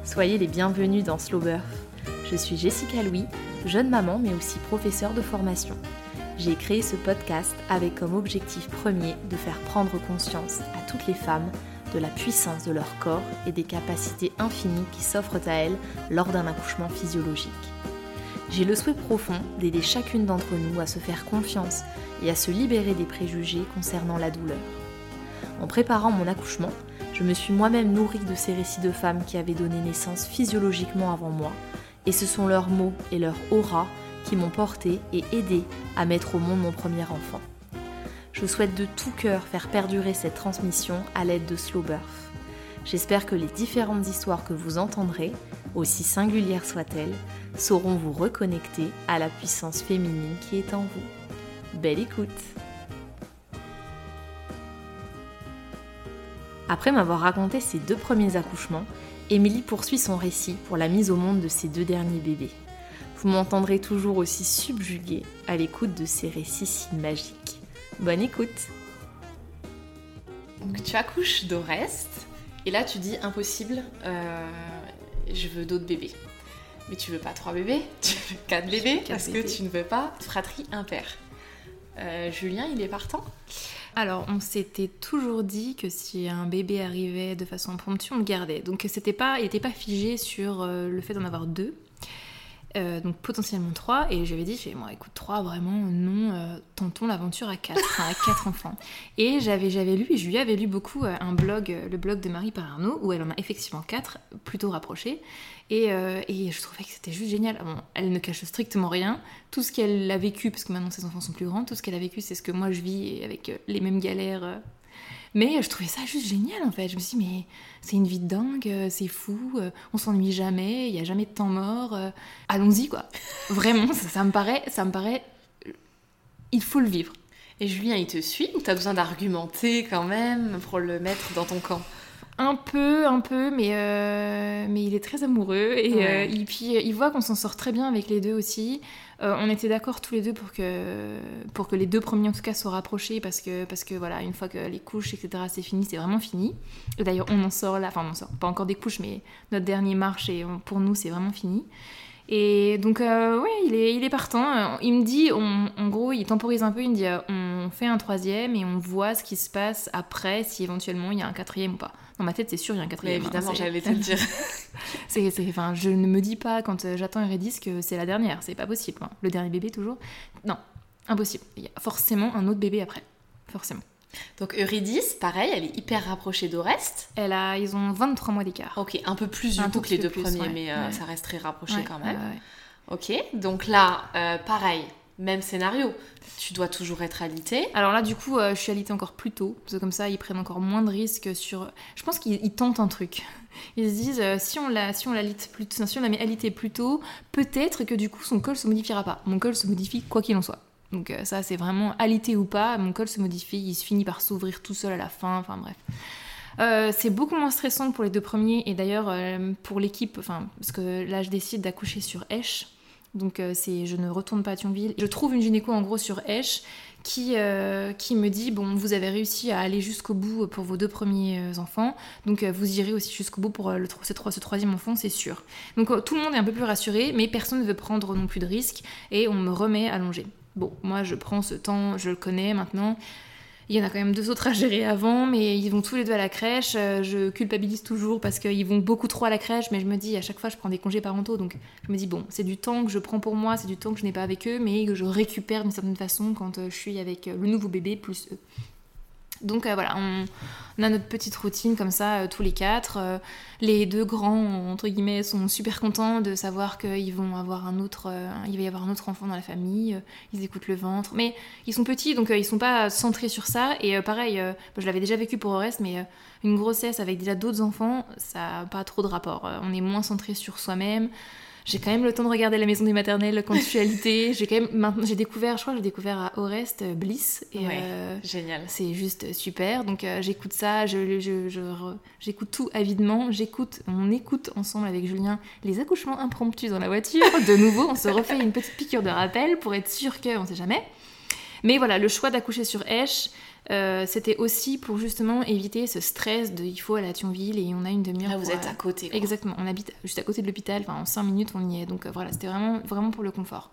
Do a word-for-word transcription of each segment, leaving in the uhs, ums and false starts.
Soyez les bienvenus dans Slow Birth. Je suis Jessica Louis, jeune maman mais aussi professeure de formation. J'ai créé ce podcast avec comme objectif premier de faire prendre conscience à toutes les femmes de la puissance de leur corps et des capacités infinies qui s'offrent à elles lors d'un accouchement physiologique. J'ai le souhait profond d'aider chacune d'entre nous à se faire confiance et à se libérer des préjugés concernant la douleur. En préparant mon accouchement, je me suis moi-même nourrie de ces récits de femmes qui avaient donné naissance physiologiquement avant moi, et ce sont leurs mots et leur aura qui m'ont portée et aidée à mettre au monde mon premier enfant. Je souhaite de tout cœur faire perdurer cette transmission à l'aide de Slow Birth. J'espère que les différentes histoires que vous entendrez, aussi singulières soient-elles, sauront vous reconnecter à la puissance féminine qui est en vous. Belle écoute! Après m'avoir raconté ses deux premiers accouchements, Émilie poursuit son récit pour la mise au monde de ses deux derniers bébés. Vous m'entendrez toujours aussi subjuguée à l'écoute de ces récits si magiques. Bonne écoute! Donc tu accouches d'Orest, et là tu dis impossible, euh, je veux d'autres bébés. Mais tu veux pas trois bébés, tu veux quatre bébés, quatre parce bébés. Que tu ne veux pas fratrie impair. Euh, Julien, il est partant? Alors, on s'était toujours dit que si un bébé arrivait de façon impromptue, on le gardait. Donc, c'était pas, il n'était pas figé sur euh, le fait d'en avoir deux. Euh, donc, potentiellement trois. Et j'avais dit, moi, écoute, trois, vraiment, non, euh, tentons l'aventure à quatre, enfin, à quatre enfants. Et j'avais, j'avais lu, et je lui avais lu beaucoup euh, un blog, euh, le blog de Marie Pararnaud, où elle en a effectivement quatre, plutôt rapprochés. Et, euh, et je trouvais que c'était juste génial. Bon, elle ne cache strictement rien. Tout ce qu'elle a vécu, parce que maintenant ses enfants sont plus grands, tout ce qu'elle a vécu, c'est ce que moi je vis avec euh, les mêmes galères. Euh. Mais je trouvais ça juste génial en fait. Je me suis dit, mais c'est une vie de dingue, c'est fou, euh, on s'ennuie jamais, il n'y a jamais de temps mort. Euh, allons-y quoi. Vraiment, ça, ça me paraît, ça me paraît. Il faut le vivre. Et Julien, il te suit ou t'as besoin d'argumenter quand même pour le mettre dans ton camp? Un peu, un peu, mais, euh, mais il est très amoureux et, ouais. euh, et puis il voit qu'on s'en sort très bien avec les deux aussi. Euh, on était d'accord tous les deux pour que, pour que les deux premiers en tout cas soient rapprochés parce que, parce que voilà, une fois que les couches, et cetera, c'est fini, c'est vraiment fini. Et d'ailleurs, on en sort là, enfin on en sort pas encore des couches, mais notre dernier marche, et on, pour nous, c'est vraiment fini. Et donc, euh, ouais, il est, il est partant. Il me dit, on, en gros, il temporise un peu, il me dit, euh, on fait un troisième et on voit ce qui se passe après, si éventuellement il y a un quatrième ou pas. Dans ma tête, c'est sûr, il y a un quatrième. Mais évidemment, hein, j'allais te le dire. c'est, c'est, enfin, je ne me dis pas, quand j'attends Eurydice, que c'est la dernière. C'est pas possible. Hein. Le dernier bébé, toujours. Non, impossible. Il y a forcément un autre bébé après. Forcément. Donc Eurydice, pareil, elle est hyper rapprochée d'Orest. Elle a, ils ont vingt-trois mois d'écart. Ok, un peu plus du un coup que les deux plus, premiers, ouais, mais euh, ouais. Ça reste très rapproché ouais, quand même. Ouais, ouais. Ok, donc là, euh, pareil, même scénario. Tu dois toujours être alitée. Alors là, du coup, euh, je suis alitée encore plus tôt. Parce que comme ça, ils prennent encore moins de risques sur... Je pense qu'ils ils tentent un truc. Ils se disent, euh, si on la, si on l'alite plus tôt, si on la met alitée plus tôt, peut-être que du coup, son col se modifiera pas. Mon col se modifie quoi qu'il en soit. Donc euh, ça, c'est vraiment alité ou pas, mon col se modifie, il se finit par s'ouvrir tout seul à la fin, enfin bref. Euh, c'est beaucoup moins stressant que pour les deux premiers, et d'ailleurs, euh, pour l'équipe, enfin, parce que là, je décide d'accoucher sur Esch, donc euh, c'est, je ne retourne pas à Thionville. Je trouve une gynéco, en gros, sur Esch, qui, euh, qui me dit, bon, vous avez réussi à aller jusqu'au bout pour vos deux premiers euh, enfants, donc euh, vous irez aussi jusqu'au bout pour euh, le, ce, ce troisième enfant, c'est sûr. Donc euh, tout le monde est un peu plus rassuré, mais personne ne veut prendre non plus de risques, et on me remet allongée. Bon, moi je prends ce temps, je le connais maintenant. Il y en a quand même deux autres à gérer avant, mais ils vont tous les deux à la crèche. Je culpabilise toujours parce qu'ils vont beaucoup trop à la crèche, mais je me dis, à chaque fois je prends des congés parentaux, donc je me dis, bon, c'est du temps que je prends pour moi, c'est du temps que je n'ai pas avec eux, mais que je récupère d'une certaine façon quand je suis avec le nouveau bébé plus eux. Donc euh, voilà, on, on a notre petite routine comme ça, euh, tous les quatre. Euh, les deux grands, entre guillemets, sont super contents de savoir qu'ils vont avoir un autre, euh, il va y avoir un autre enfant dans la famille. Euh, ils écoutent le ventre, mais ils sont petits, donc euh, ils sont pas centrés sur ça. Et euh, pareil, euh, je l'avais déjà vécu pour Orest, mais euh, une grossesse avec déjà d'autres enfants, ça n'a pas trop de rapport. Euh, on est moins centré sur soi-même. J'ai quand même le temps de regarder La Maison des Maternelles quand je suis alitée. J'ai quand même maintenant j'ai découvert, je crois que j'ai découvert à Orest euh, Bliss et ouais, euh, génial. C'est juste super. Donc euh, j'écoute ça, je, je, je, re, j'écoute tout avidement. J'écoute, on écoute ensemble avec Julien les accouchements impromptus dans la voiture. De nouveau, on se refait une petite piqûre de rappel pour être sûr qu'on ne sait jamais. Mais voilà, le choix d'accoucher sur Esch, euh, c'était aussi pour justement éviter ce stress de il faut aller à Thionville et on a une demi-heure. Là, vous pour, êtes à côté. Quoi. Exactement, on habite juste à côté de l'hôpital, enfin en cinq minutes on y est, donc euh, voilà, c'était vraiment, vraiment pour le confort.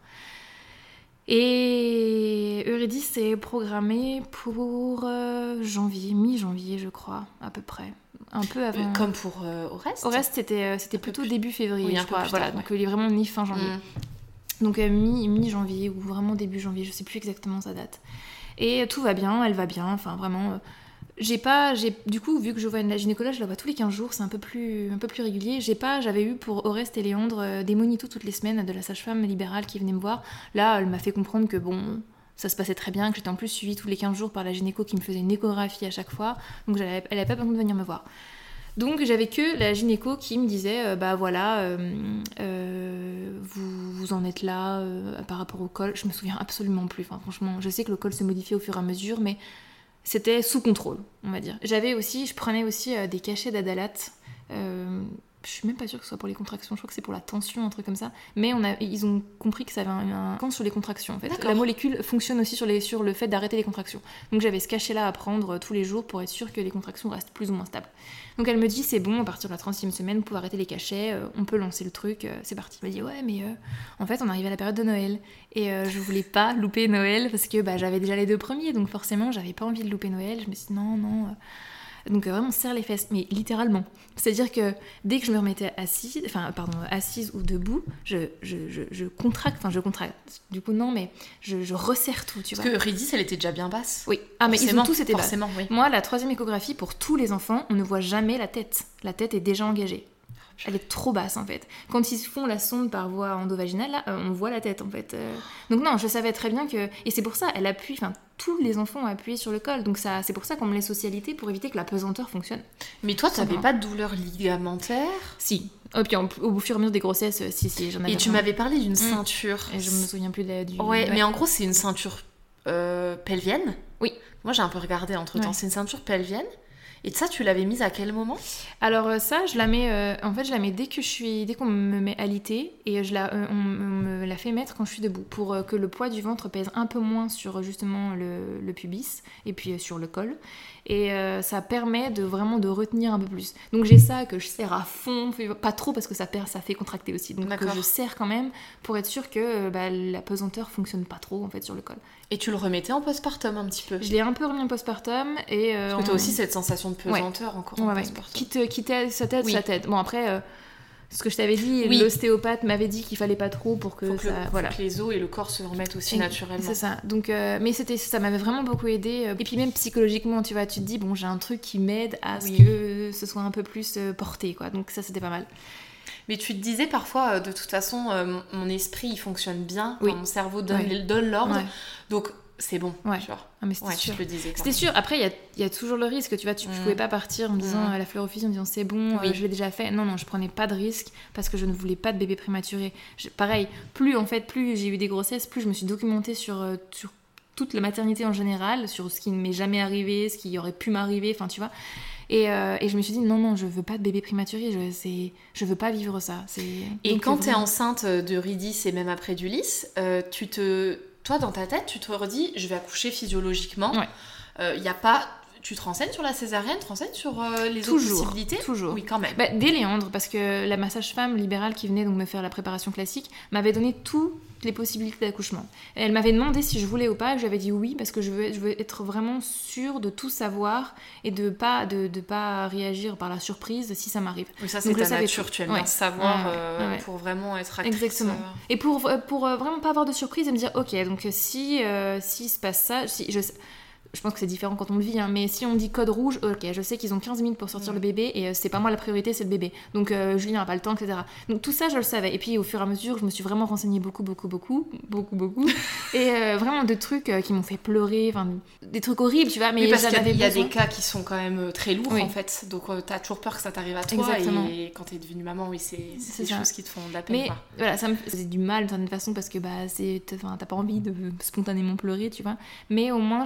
Et Eurydice est programmée pour euh, janvier, mi-janvier je crois, à peu près. Un peu avant. Euh, comme pour euh, Oreste Oreste, c'était, euh, c'était plutôt plus... début février, oui, je crois. Voilà, tard, donc ouais. il est vraiment mi-fin janvier. Mm. Donc euh, mi, mi-janvier ou vraiment début janvier, je sais plus exactement sa date. Et tout va bien, elle va bien, enfin vraiment... Euh, j'ai pas... J'ai, du coup, vu que je vois la gynécologue, je la vois tous les quinze jours, c'est un peu plus, un peu plus régulier. J'ai pas... J'avais eu pour Oreste et Léandre euh, des monitos toutes les semaines de la sage-femme libérale qui venait me voir. Là, elle m'a fait comprendre que bon... Ça se passait très bien, que j'étais en plus suivie tous les quinze jours par la gynéco qui me faisait une échographie à chaque fois. Donc elle n'avait pas besoin de venir me voir. Donc j'avais que la gynéco qui me disait euh, bah voilà euh, euh, vous, vous en êtes là euh, par rapport au col. Je me souviens absolument plus, enfin, franchement je sais que le col se modifiait au fur et à mesure, mais c'était sous contrôle, on va dire. J'avais aussi, je prenais aussi euh, des cachets d'Adalate. euh, je suis même pas sûre que ce soit pour les contractions, je crois que c'est pour la tension, un truc comme ça, mais on a, ils ont compris que ça avait un effet sur les contractions en fait. D'accord. La molécule fonctionne aussi sur, les, sur le fait d'arrêter les contractions, donc j'avais ce cachet là à prendre tous les jours pour être sûre que les contractions restent plus ou moins stables. Donc elle me dit c'est bon, à partir de la trentième semaine vous pouvez arrêter les cachets, euh, on peut lancer le truc, euh, c'est parti. Elle me dit ouais mais euh, en fait on arrive à la période de Noël et euh, je voulais pas louper Noël parce que bah, j'avais déjà les deux premiers, donc forcément j'avais pas envie de louper Noël. Je me suis dit non non euh, donc euh, vraiment on serre les fesses, mais littéralement. C'est-à-dire que dès que je me remettais assise, enfin pardon, assise ou debout, je, je, je, je contracte, enfin je contracte, du coup non, mais je, je resserre tout, tu Parce vois. que Eurydice, elle était déjà bien basse. Oui, ah mais forcément, ils ont tous été forcément, basses. Oui. Moi, la troisième échographie, pour tous les enfants, on ne voit jamais la tête. La tête est déjà engagée. Elle est trop basse en fait. Quand ils font la sonde par voie endovaginale, là, euh, on voit la tête en fait. Euh... Donc non, je savais très bien que... Et c'est pour ça, elle appuie, enfin tous les enfants ont appuyé sur le col. Donc ça, c'est pour ça qu'on me laisse aux socialités pour éviter que la pesanteur fonctionne. Mais toi, tu n'avais pas de douleur ligamentaire ? Si. Et puis en, au fur et à mesure des grossesses, si, si, j'en avais. Et tu vraiment. m'avais parlé d'une mmh. ceinture. Et je me souviens plus de la, du... Ouais, ouais, mais en gros, c'est une ceinture euh, pelvienne. Oui. Moi, j'ai un peu regardé entre-temps. Ouais. C'est une ceinture pelvienne. Et ça, tu l'avais mise à quel moment ? Alors ça, je la mets, euh, en fait, je la mets dès que je suis, dès qu'on me met alité, et je la, euh, on, on me la fait mettre quand je suis debout, pour euh, que le poids du ventre pèse un peu moins sur justement le, le pubis et puis euh, sur le col, et euh, ça permet de vraiment de retenir un peu plus. Donc j'ai ça que je serre à fond, pas trop parce que ça perd, ça fait contracter aussi, donc que je serre quand même pour être sûre que euh, bah, la pesanteur fonctionne pas trop en fait sur le col. Et tu le remettais en postpartum un petit peu ? Je l'ai un peu remis en postpartum. Et, euh, Parce que tu as aussi cette sensation de pesanteur ouais. encore en ouais, postpartum. Qui, te, qui t'aide, ça t'aide, oui. ça t'aide. Bon après, euh, ce que je t'avais dit, oui. l'ostéopathe m'avait dit qu'il fallait pas trop pour que, faut que ça... Le, voilà. faut que les os et le corps se remettent aussi et, naturellement. C'est ça. Donc, euh, mais c'était, ça m'avait vraiment beaucoup aidé. Et puis même psychologiquement, tu vois, tu te dis, bon, j'ai un truc qui m'aide à ce oui. que ce soit un peu plus porté, quoi. Donc ça, c'était pas mal. Mais tu te disais parfois, de toute façon, euh, mon esprit, il fonctionne bien. Oui. Mon cerveau donne, ouais. donne l'ordre. Ouais. Donc... c'est bon, ouais. tu vois. Ah, mais c'était ouais, sûr. Je le disais. C'était sûr. Après, il y, y a toujours le risque, tu vois. Tu, mmh. Je pouvais pas partir en me disant mmh. à la fleurofysie, en me disant c'est bon, oui. euh, je l'ai déjà fait. Non, non, je prenais pas de risque parce que je ne voulais pas de bébé prématuré. Je, pareil, plus en fait, plus j'ai eu des grossesses, plus je me suis documentée sur, euh, sur toute la maternité en général, sur ce qui ne m'est jamais arrivé, ce qui aurait pu m'arriver, enfin, tu vois. Et, euh, et je me suis dit, non, non, je veux pas de bébé prématuré, je, c'est, je veux pas vivre ça. C'est... Et Donc, quand vraiment... t'es enceinte d'Eurydice et même après d'Ulysse, euh, tu te... toi, dans ta tête, tu te redis, je vais accoucher physiologiquement. Il ouais. euh, y a pas... Tu te renseignes sur la césarienne, tu te renseignes sur euh, les toujours, autres possibilités ? Toujours. Oui, quand même. Bah, dès Léandre, parce que la sage-femme libérale qui venait donc me faire la préparation classique m'avait donné toutes les possibilités d'accouchement. Et elle m'avait demandé si je voulais ou pas, j'avais dit oui, parce que je veux, je veux être vraiment sûre de tout savoir et de pas, de, de pas réagir par la surprise si ça m'arrive. Oui, ça, c'est donc, ta nature, tout. Tu aimes ouais. bien savoir ouais, euh, ouais. pour vraiment être actrice. Exactement. Euh... Et pour, pour euh, vraiment pas avoir de surprise et me dire, ok, donc si, euh, si se passe ça, si je... Je pense que c'est différent quand on le vit, hein, mais si on dit code rouge, ok, je sais qu'ils ont quinze minutes pour sortir mmh. le bébé et euh, c'est pas moi la priorité, c'est le bébé. Donc euh, Julien n'a pas le temps, et cetera. Donc tout ça, je le savais. Et puis au fur et à mesure, je me suis vraiment renseignée beaucoup, beaucoup, beaucoup, beaucoup, beaucoup. et euh, vraiment de trucs euh, qui m'ont fait pleurer, enfin des trucs horribles, tu vois. Mais oui, parce qu'il y a, besoin. y a des cas qui sont quand même très lourds oui. en fait. Donc euh, t'as toujours peur que ça t'arrive à toi. Exactement. Et quand t'es devenue maman, oui, c'est, c'est, c'est des ça. choses qui te font de la peine. Mais quoi. voilà, ça me faisait du mal d'une certaine façon parce que bah, c'est, t'as pas envie de spontanément pleurer, tu vois. Mais au moins, je me suis dit,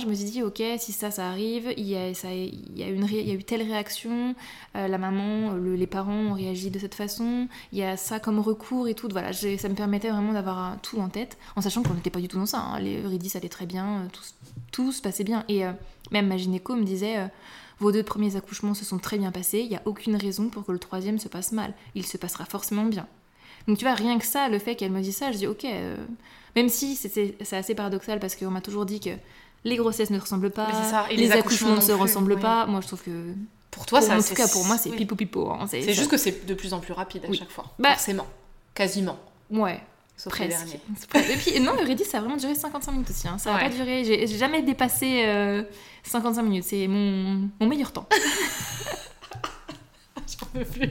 ok, si ça, ça arrive, il y a, ça, il y a, une ré... il y a eu telle réaction, euh, la maman, le, les parents ont réagi de cette façon, il y a ça comme recours et tout. Voilà, j'ai, ça me permettait vraiment d'avoir tout en tête, en sachant qu'on n'était pas du tout dans ça. Hein. Les Eurydice allait très bien, tout, tout se passait bien. Et euh, même ma gynéco me disait, euh, vos deux premiers accouchements se sont très bien passés, il n'y a aucune raison pour que le troisième se passe mal. Il se passera forcément bien. Donc tu vois, rien que ça, le fait qu'elle me dise ça, je dis ok, euh, même si c'est, c'est, c'est assez paradoxal parce qu'on m'a toujours dit que les grossesses ne ressemblent pas, ça, les, les accouchements, accouchements ne se plus, ressemblent oui. pas. Moi je trouve que... Pour toi, pour, ça, en c'est... tout cas pour moi c'est oui. pipo pipo. Hein, c'est c'est ça... juste que c'est de plus en plus rapide à oui. chaque fois, bah, forcément, quasiment. Ouais. Sauf presque. les derniers. Et puis non, Eurydice ça a vraiment duré cinquante-cinq minutes aussi. Hein. Ça n'a ouais. pas duré, j'ai, j'ai jamais dépassé euh, cinquante-cinq minutes. C'est mon, mon meilleur temps. J'en peux plus.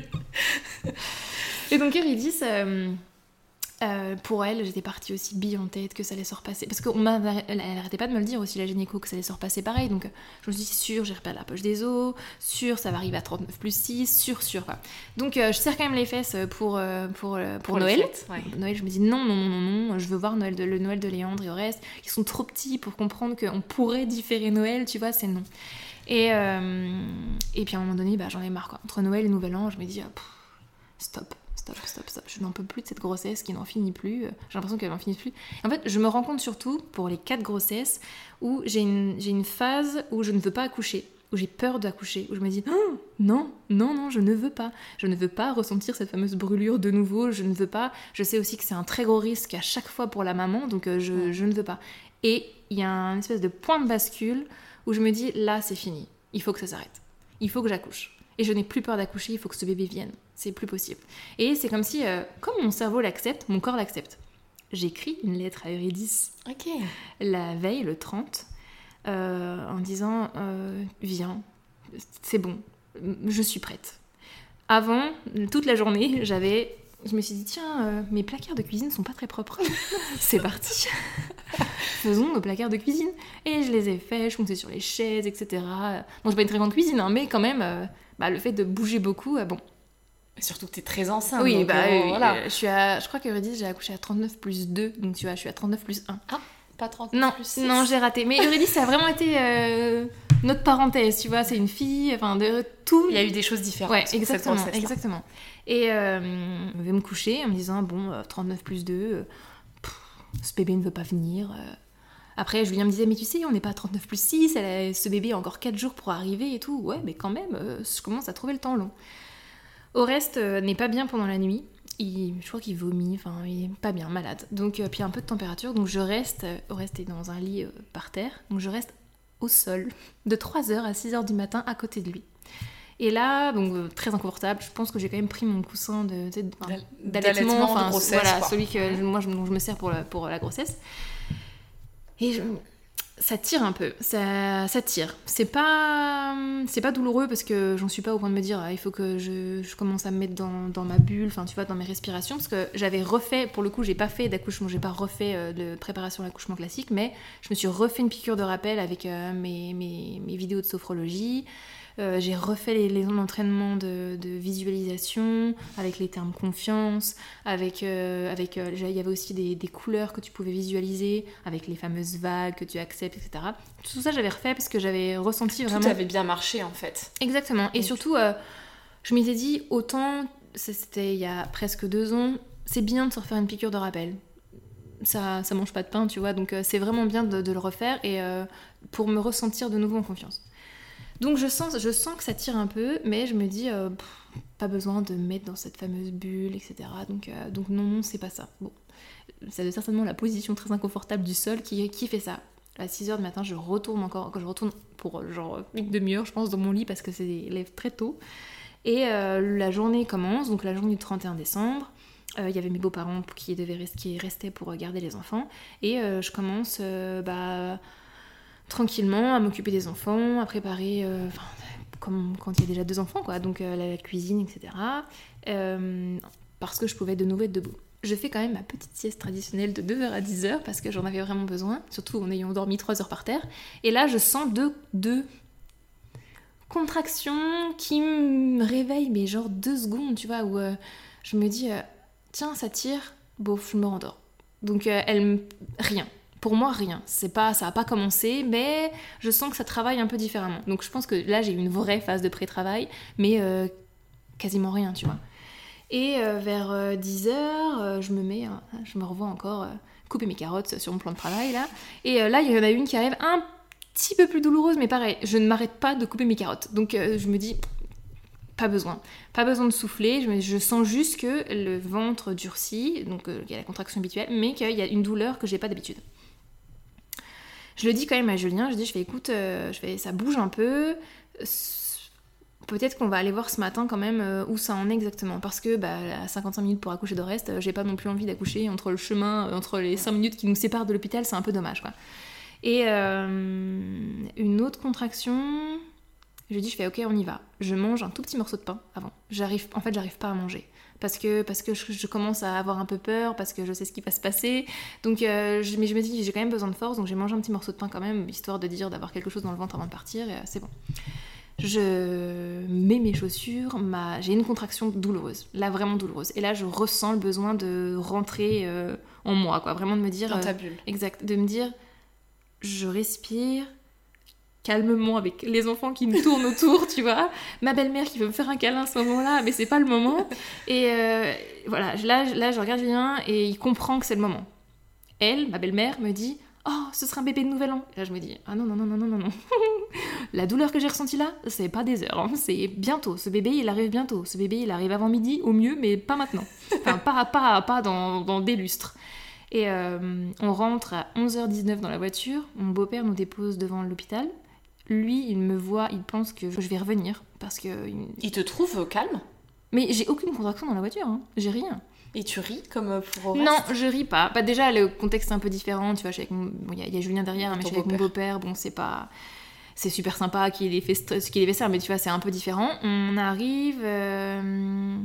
Et donc Eurydice, euh, euh, pour elle, j'étais partie aussi bille en tête que ça allait se repasser. Parce qu'elle n'arrêtait pas de me le dire aussi, la gynéco, que ça allait se repasser pareil. Donc je me suis dit, sûr, j'ai repéré la poche des os, sûr, ça va arriver à trente-neuf plus six, sûr, sûr. Quoi. Donc euh, je serre quand même les fesses pour, euh, pour, euh, pour, pour Noël. Fêtes, ouais. Noël, je me dis non, non, non, non, non, je veux voir Noël de, le Noël de Léandre et au reste. Ils sont trop petits pour comprendre qu'on pourrait différer Noël, tu vois, c'est non. Et, euh, et puis à un moment donné, bah, j'en ai marre. Quoi. Entre Noël et Nouvel An, je me dis, ah, pff, stop. Stop, stop, stop. Je n'en peux plus de cette grossesse qui n'en finit plus. J'ai l'impression qu'elle n'en finit plus. En fait, je me rends compte surtout pour les quatre grossesses où j'ai une, j'ai une phase où je ne veux pas accoucher, où j'ai peur d'accoucher, où je me dis oh, non, non, non, je ne veux pas. Je ne veux pas ressentir cette fameuse brûlure de nouveau. Je ne veux pas. Je sais aussi que c'est un très gros risque à chaque fois pour la maman, donc euh, je, je ne veux pas. Et il y a une espèce de point de bascule où je me dis là, c'est fini. Il faut que ça s'arrête. Il faut que j'accouche. Et je n'ai plus peur d'accoucher, il faut que ce bébé vienne. C'est plus possible. Et c'est comme si, euh, comme mon cerveau l'accepte, mon corps l'accepte. J'écris une lettre à Eurydice Ok. la veille, le trente, euh, en disant euh, viens, c'est bon, je suis prête. Avant, toute la journée, j'avais... Je me suis dit, tiens, euh, mes placards de cuisine sont pas très propres. C'est parti. Faisons nos placards de cuisine. Et je les ai faits, je montais sur les chaises, et cetera. Bon, j'ai pas une très grande cuisine, hein, mais quand même, euh, bah, le fait de bouger beaucoup, euh, bon. Et surtout que t'es très enceinte. Oui, donc, bah, euh, oui, voilà. euh, je suis à... Je crois que Eurydice, j'ai accouché à trente-neuf plus deux, donc tu vois, je suis à trente-neuf plus un. Ah, pas trente Non, plus six. non, j'ai raté. Mais Eurydice, ça a vraiment été euh, notre parenthèse, tu vois, c'est une fille, enfin, de tout. Il y a eu des choses différentes. Ouais, sur exactement, cette grossesse-là. exactement. Et euh, je vais me coucher en me disant, bon, euh, trente-neuf plus deux, euh, pff, ce bébé ne veut pas venir. Euh. Après, Julien me disait, mais tu sais, on n'est pas à trente-neuf plus six, elle a, ce bébé a encore quatre jours pour arriver et tout. Ouais, mais quand même, euh, je commence à trouver le temps long. Au reste, euh, n'est pas bien pendant la nuit. Il, je crois qu'il vomit, enfin, il est pas bien, malade. Donc, euh, puis un peu de température. Donc, je reste, euh, au reste, est dans un lit euh, par terre. Donc, je reste au sol de trois heures à six heures du matin à côté de lui. Et là, donc euh, très inconfortable, je pense que j'ai quand même pris mon coussin de, de, enfin, d'allaitement, enfin, de grossesse, voilà, quoi. celui que je, moi je, dont je me sers pour la, pour la grossesse. Et je, ça tire un peu, ça, ça tire. C'est pas, c'est pas douloureux parce que j'en suis pas au point de me dire ah, il faut que je, je commence à me mettre dans, dans ma bulle, enfin tu vois, dans mes respirations, parce que j'avais refait, pour le coup, j'ai pas fait d'accouchement, j'ai pas refait euh, de préparation à l'accouchement classique, mais je me suis refait une piqûre de rappel avec euh, mes, mes, mes vidéos de sophrologie. Euh, j'ai refait les, les entraînements de, de visualisation avec les termes confiance, avec, euh, avec euh, il y avait aussi des, des couleurs que tu pouvais visualiser, avec les fameuses vagues que tu acceptes, et cetera. Tout ça j'avais refait parce que j'avais ressenti vraiment... Tout avait bien marché en fait. Exactement. Et Donc... surtout, euh, je m'étais dit, autant, c'était il y a presque deux ans, c'est bien de se refaire une piqûre de rappel. Ça, ça mange pas de pain, tu vois, donc euh, c'est vraiment bien de, de le refaire et euh, pour me ressentir de nouveau en confiance. Donc je sens, je sens que ça tire un peu, mais je me dis, euh, pff, pas besoin de me mettre dans cette fameuse bulle, et cetera. Donc, euh, donc non, non, c'est pas ça. Bon, c'est certainement la position très inconfortable du sol qui, qui fait ça. À six heures du matin, je retourne encore, quand je retourne pour genre une demi-heure, je pense, dans mon lit parce que c'est lève très tôt. Et euh, la journée commence, donc la journée du trente et un décembre. Il euh, y avait mes beaux-parents qui, devaient rester, qui restaient pour garder les enfants. Et euh, je commence... Euh, bah, tranquillement à m'occuper des enfants, à préparer euh, comme quand il y a déjà deux enfants quoi, donc euh, la cuisine, et cetera. Euh, parce que je pouvais de nouveau être debout. Je fais quand même ma petite sieste traditionnelle de neuf heures à dix heures parce que j'en avais vraiment besoin, surtout en ayant dormi trois heures par terre. Et là je sens deux, deux contractions qui me réveillent, mais genre deux secondes, tu vois, où euh, je me dis euh, tiens ça tire, bof, je me rendors. Donc euh, elle me... rien. pour moi, rien. C'est pas, ça n'a pas commencé, mais je sens que ça travaille un peu différemment. Donc je pense que là, j'ai eu une vraie phase de pré-travail, mais euh, quasiment rien, tu vois. Et euh, vers euh, dix heures, euh, je me mets, hein, je me revois encore euh, couper mes carottes sur mon plan de travail, là. Et euh, là, il y en a une qui arrive un petit peu plus douloureuse, mais pareil, je ne m'arrête pas de couper mes carottes. Donc euh, je me dis, pas besoin. Pas besoin de souffler, je, je sens juste que le ventre durcit, donc euh, il y a la contraction habituelle, mais qu'il y a une douleur que j'ai pas d'habitude. Je le dis quand même à Julien, je dis, je fais, écoute, euh, je fais, ça bouge un peu, peut-être qu'on va aller voir ce matin quand même euh, où ça en est exactement, parce que bah, à cinquante-cinq minutes pour accoucher d'Orest, euh, j'ai pas non plus envie d'accoucher entre le chemin, euh, entre les cinq minutes qui nous séparent de l'hôpital, c'est un peu dommage, quoi. Et euh, une autre contraction, je dis, je fais, ok, on y va. Je mange un tout petit morceau de pain avant. J'arrive, en fait, j'arrive pas à manger. Parce que, parce que je, je commence à avoir un peu peur, parce que je sais ce qui va se passer. Donc, euh, je, mais je me dis, j'ai quand même besoin de force, donc j'ai mangé un petit morceau de pain quand même, histoire de dire, d'avoir quelque chose dans le ventre avant de partir, et euh, c'est bon. Je mets mes chaussures, ma... j'ai une contraction douloureuse, là vraiment douloureuse. Et là, je ressens le besoin de rentrer euh, en moi, quoi. Vraiment de me dire... Dans ta euh, bulle. Exact, de me dire, je respire... calmement avec les enfants qui me tournent autour, tu vois, ma belle-mère qui veut me faire un câlin à ce moment-là, mais c'est pas le moment. Et euh, voilà, là, là je regarde Julien et il comprend que c'est le moment. Elle, ma belle-mère, me dit « Oh, ce sera un bébé de nouvel an !» Et là je me dis « Ah non, non, non, non, non, non, non. La douleur que j'ai ressentie là, c'est pas des heures, hein. C'est bientôt. Ce bébé, il arrive bientôt. Ce bébé, il arrive avant midi, au mieux, mais pas maintenant. Enfin, pas, pas, pas dans, dans des lustres. » Et euh, on rentre à onze heures dix-neuf dans la voiture. Mon beau-père nous dépose devant l'hôpital. Lui, il me voit, il pense que je vais revenir parce que... Il te trouve calme ? Mais j'ai aucune contraction dans la voiture, hein. J'ai rien. Et tu ris comme pour Orest ? Non, je ris pas. Bah, déjà, le contexte est un peu différent, tu vois, je suis avec mon... Bon, il y, y a Julien derrière, hein, mais je suis avec mon beau-père, bon, c'est pas... C'est super sympa qu'il ait fait, st- qu'il ait fait ça, mais tu vois, c'est un peu différent. On arrive... Euh...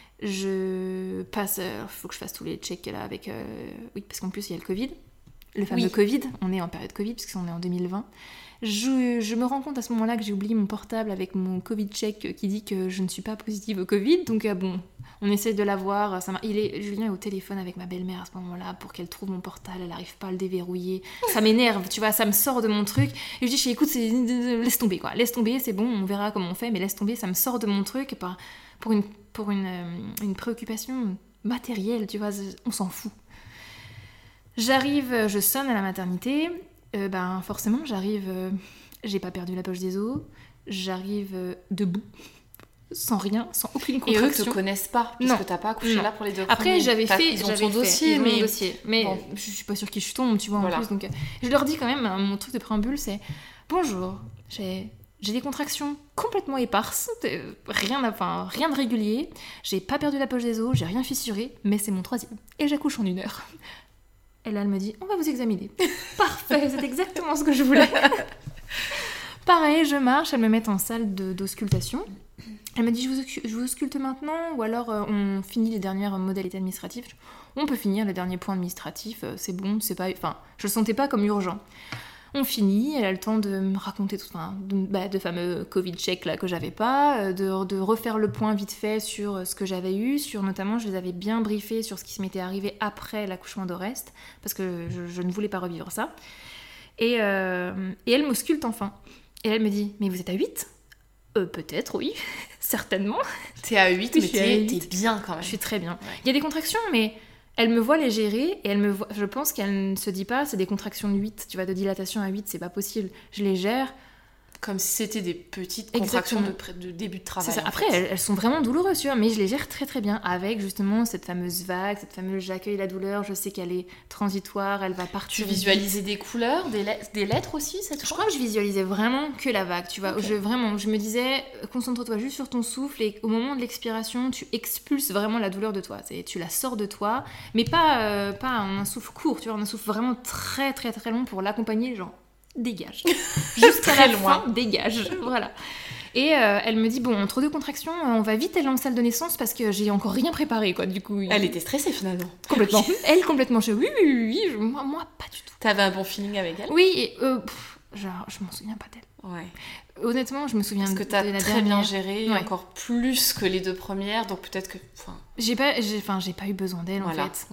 Je passe... Il euh, faut que je fasse tous les checks là avec... Euh... Oui, parce qu'en plus, il y a le Covid. Le fameux oui. Covid. On est en période Covid, puisqu'on est en deux mille vingt. Je, je me rends compte à ce moment-là que j'ai oublié mon portable avec mon Covid check qui dit que je ne suis pas positive au Covid. Donc euh, bon, on essaie de l'avoir. Ça m'a... Il est... Julien est au téléphone avec ma belle-mère à ce moment-là pour qu'elle trouve mon portable. Elle n'arrive pas à le déverrouiller. Ça m'énerve, tu vois, ça me sort de mon truc. Et je dis, écoute, c'est... laisse tomber quoi. Laisse tomber, c'est bon, on verra comment on fait, mais laisse tomber, ça me sort de mon truc pour une, pour une, une préoccupation matérielle, tu vois, on s'en fout. J'arrive, je sonne à la maternité. Euh, ben forcément j'arrive, euh, j'ai pas perdu la poche des os, j'arrive euh, debout, sans rien, sans aucune contraction. Et eux te connaissent pas, puisque non. T'as pas accouché non. Là pour les deux Après premiers. j'avais T'as, fait, ils ont j'avais ton fait, dossier, ils mais... dossier, mais bon. Je suis pas sûre qui je tombe, tu vois, voilà. en plus, donc euh, je leur dis quand même, hein, mon truc de préambule c'est « Bonjour, j'ai... J'ai des contractions complètement éparses, rien, enfin, rien de régulier, j'ai pas perdu la poche des os, j'ai rien fissuré, mais c'est mon troisième, et j'accouche en une heure. » Et là, elle me dit, on va vous examiner. Parfait, c'est exactement ce que je voulais. Pareil, je marche, elle me met en salle de, d'auscultation. Elle me dit, je vous, je vous ausculte maintenant, ou alors euh, on finit les dernières modalités administratives. On peut finir les derniers points administratifs, euh, c'est bon, c'est pas... Enfin, je le sentais pas comme urgent. On finit, elle a le temps de me raconter tout, enfin, de, bah, de fameux Covid check là que j'avais pas, de, de refaire le point vite fait sur ce que j'avais eu, sur notamment je les avais bien briefés sur ce qui m'était arrivé après l'accouchement d'Orest, parce que je, je ne voulais pas revivre ça. Et, euh, et elle m'ausculte enfin. Et elle me dit, mais vous êtes à huit ? Euh, peut-être, oui, certainement. T'es à huit, mais t'es, t'es bien quand même. Je suis très bien. Ouais. Il y a des contractions, mais... Elle me voit les gérer et elle me voit, je pense qu'elle ne se dit pas c'est des contractions de huit, tu vois, de dilatation à huit, c'est pas possible. Je les gère comme si c'était des petites contractions de, de début de travail. C'est ça. Après, elles, elles sont vraiment douloureuses, tu vois, mais je les gère très très bien avec justement cette fameuse vague, cette fameuse j'accueille la douleur, je sais qu'elle est transitoire, elle va partir. Tu visualisais des couleurs, des, lettres, des lettres aussi cette fois ? Je crois que je visualisais vraiment que la vague, tu vois. Okay. Je, vraiment, je me disais, concentre-toi juste sur ton souffle et au moment de l'expiration, tu expulses vraiment la douleur de toi. C'est, tu la sors de toi, mais pas, euh, pas en un souffle court, tu vois, en un souffle vraiment très très très long pour l'accompagner, genre. Dégage. Jusqu'à la loin. Fin, dégage. Voilà. Et euh, elle me dit, bon, entre deux contractions, on va vite aller en salle de naissance parce que j'ai encore rien préparé, quoi, du coup. Elle était stressée, finalement. Complètement. Elle, complètement. Je oui, oui, oui, oui. Je, moi, moi, pas du tout. T'avais un bon feeling avec elle ? Oui, et, euh, pff, genre, je m'en souviens pas d'elle. Ouais. Honnêtement, je me souviens parce que t'as de la très dernière. bien géré, ouais. Encore plus que les deux premières, donc peut-être que... J'ai pas, j'ai, enfin, j'ai pas eu besoin d'elle, voilà. En fait. Mmh.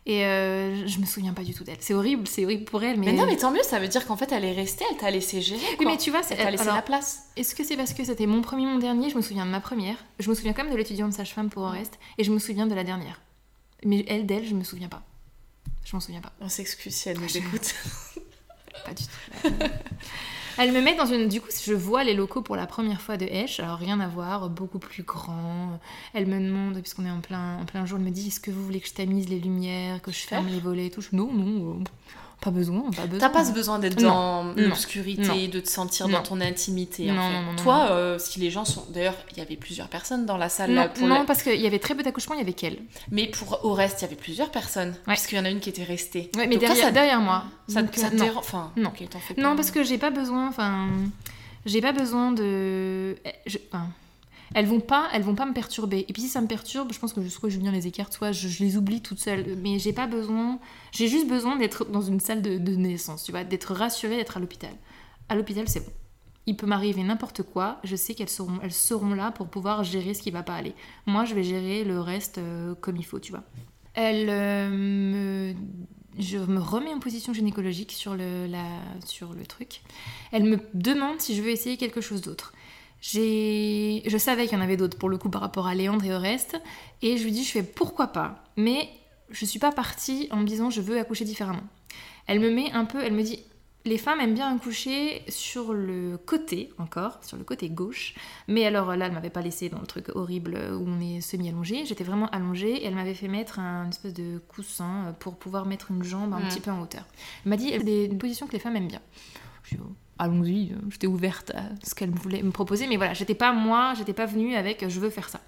Et euh, je me souviens pas du tout d'elle. C'est horrible, c'est horrible pour elle. Mais, mais non, mais tant mieux, ça veut dire qu'en fait, elle est restée, elle t'a laissé gérer. Quoi. Oui, mais tu vois, c'est... elle t'a laissé alors, la place. Est-ce que c'est parce que c'était mon premier, mon dernier? Je me souviens de ma première. Je me souviens quand même de l'étudiante sage-femme pour Oreste. Et je me souviens de la dernière. Mais elle, d'elle, je me souviens pas. Je m'en souviens pas. On s'excuse si elle nous écoute. Pas du tout. Elle me met dans une... Du coup, je vois les locaux pour la première fois de Esch. Alors, rien à voir, beaucoup plus grand. Elle me demande, puisqu'on est en plein, en plein jour, elle me dit, est-ce que vous voulez que je tamise les lumières, que je ferme les volets et tout? Je... Non, non, euh, pas besoin, pas besoin. T'as pas ce besoin d'être non. dans non. l'obscurité, non. de te sentir non. dans ton intimité. Non, en fait. non, non, non. Toi, euh, si les gens sont... D'ailleurs, il y avait plusieurs personnes dans la salle. Non, là, pour non le... parce qu'il y avait très peu d'accouchements, il y avait qu'elle. Mais pour Oreste, il y avait plusieurs personnes. Ouais. Parce qu'il y en a une qui était restée. Ouais, mais Donc derrière, toi, ça... derrière moi. Ça, Donc, ça euh, te non. dérange... Enfin, non. Okay, t'en fais pas. Non, parce que j'ai pas besoin... Enfin, j'ai pas besoin de... Je... Enfin... Elles vont pas, elles vont pas me perturber. Et puis si ça me perturbe, je pense que soit Julien les écarte, soit je, je les oublie toutes seules. Mais j'ai pas besoin, j'ai juste besoin d'être dans une salle de, de naissance, tu vois, d'être rassurée d'être à l'hôpital. À l'hôpital, c'est bon. Il peut m'arriver n'importe quoi. Je sais qu'elles seront, elles seront là pour pouvoir gérer ce qui va pas aller. Moi, je vais gérer le reste euh, comme il faut, tu vois. Elle euh, me je me remets en position gynécologique sur le, la, sur le truc. Elle me demande si je veux essayer quelque chose d'autre. J'ai... Je savais qu'il y en avait d'autres pour le coup par rapport à Léandre et au reste, et je lui dis je fais pourquoi pas, mais je suis pas partie en me disant je veux accoucher différemment. Elle me met un peu, elle me dit les femmes aiment bien accoucher sur le côté encore, sur le côté gauche, mais alors là elle m'avait pas laissé dans le truc horrible où on est semi-allongé, j'étais vraiment allongée et elle m'avait fait mettre un espèce de coussin pour pouvoir mettre une jambe un mmh. petit peu en hauteur. Elle m'a dit c'est une position que les femmes aiment bien. Je dis, oh. Allons-y, j'étais ouverte à ce qu'elle voulait me proposer, mais voilà, j'étais pas moi, j'étais pas venue avec je veux faire ça.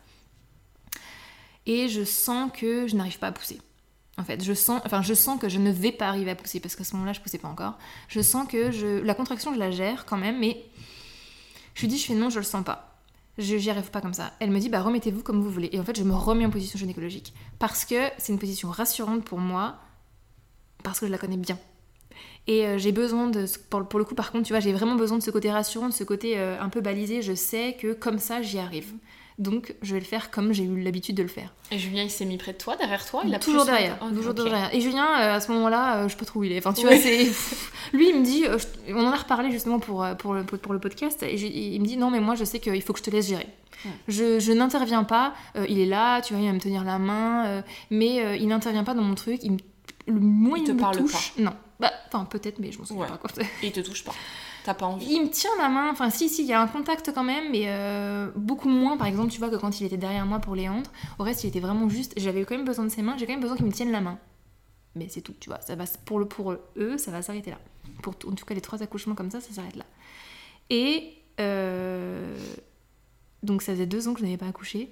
Et je sens que je n'arrive pas à pousser. En fait, je sens, enfin, je sens que je ne vais pas arriver à pousser parce qu'à ce moment-là, je poussais pas encore. Je sens que je, la contraction, je la gère quand même, mais je lui dis, je fais non, je le sens pas. Je j'y arrive pas comme ça. Elle me dit, bah remettez-vous comme vous voulez. Et en fait, je me remets en position gynécologique parce que c'est une position rassurante pour moi, parce que je la connais bien. Et euh, j'ai besoin de... Pour, pour le coup, par contre, tu vois, j'ai vraiment besoin de ce côté rassurant, de ce côté euh, un peu balisé. Je sais que comme ça, j'y arrive. Donc, je vais le faire comme j'ai eu l'habitude de le faire. Et Julien, il s'est mis près de toi, derrière toi? Il a toujours plus derrière, oh, toujours okay. derrière. Et Julien, euh, à ce moment-là, euh, je sais pas trop où il est. Enfin, tu oui. vois, c'est... Lui, il me dit... Euh, je... On en a reparlé justement pour, pour, le, pour le podcast. Et je... il me dit, non, mais moi, je sais qu'il faut que je te laisse gérer. Ouais. Je, je n'interviens pas. Euh, il est là, tu vois, il va me tenir la main. Euh, mais euh, il n'intervient pas dans mon truc. Il me... Le moins il il te me parle touche... pas. Non. Bah, enfin, peut-être, mais je m'en souviens ouais. pas. Quoi. Et il te touche pas. T'as pas envie. Il me tient la main, enfin si, si, il y a un contact quand même, mais euh, beaucoup moins, par exemple, tu vois, que quand il était derrière moi pour Léandre. Au reste, il était vraiment juste, j'avais quand même besoin de ses mains, j'ai quand même besoin qu'il me tienne la main. Mais c'est tout, tu vois, ça va, pour, le, pour eux, ça va s'arrêter là. Pour en tout cas, les trois accouchements comme ça, ça s'arrête là. Et euh, donc ça faisait deux ans que je n'avais pas accouché.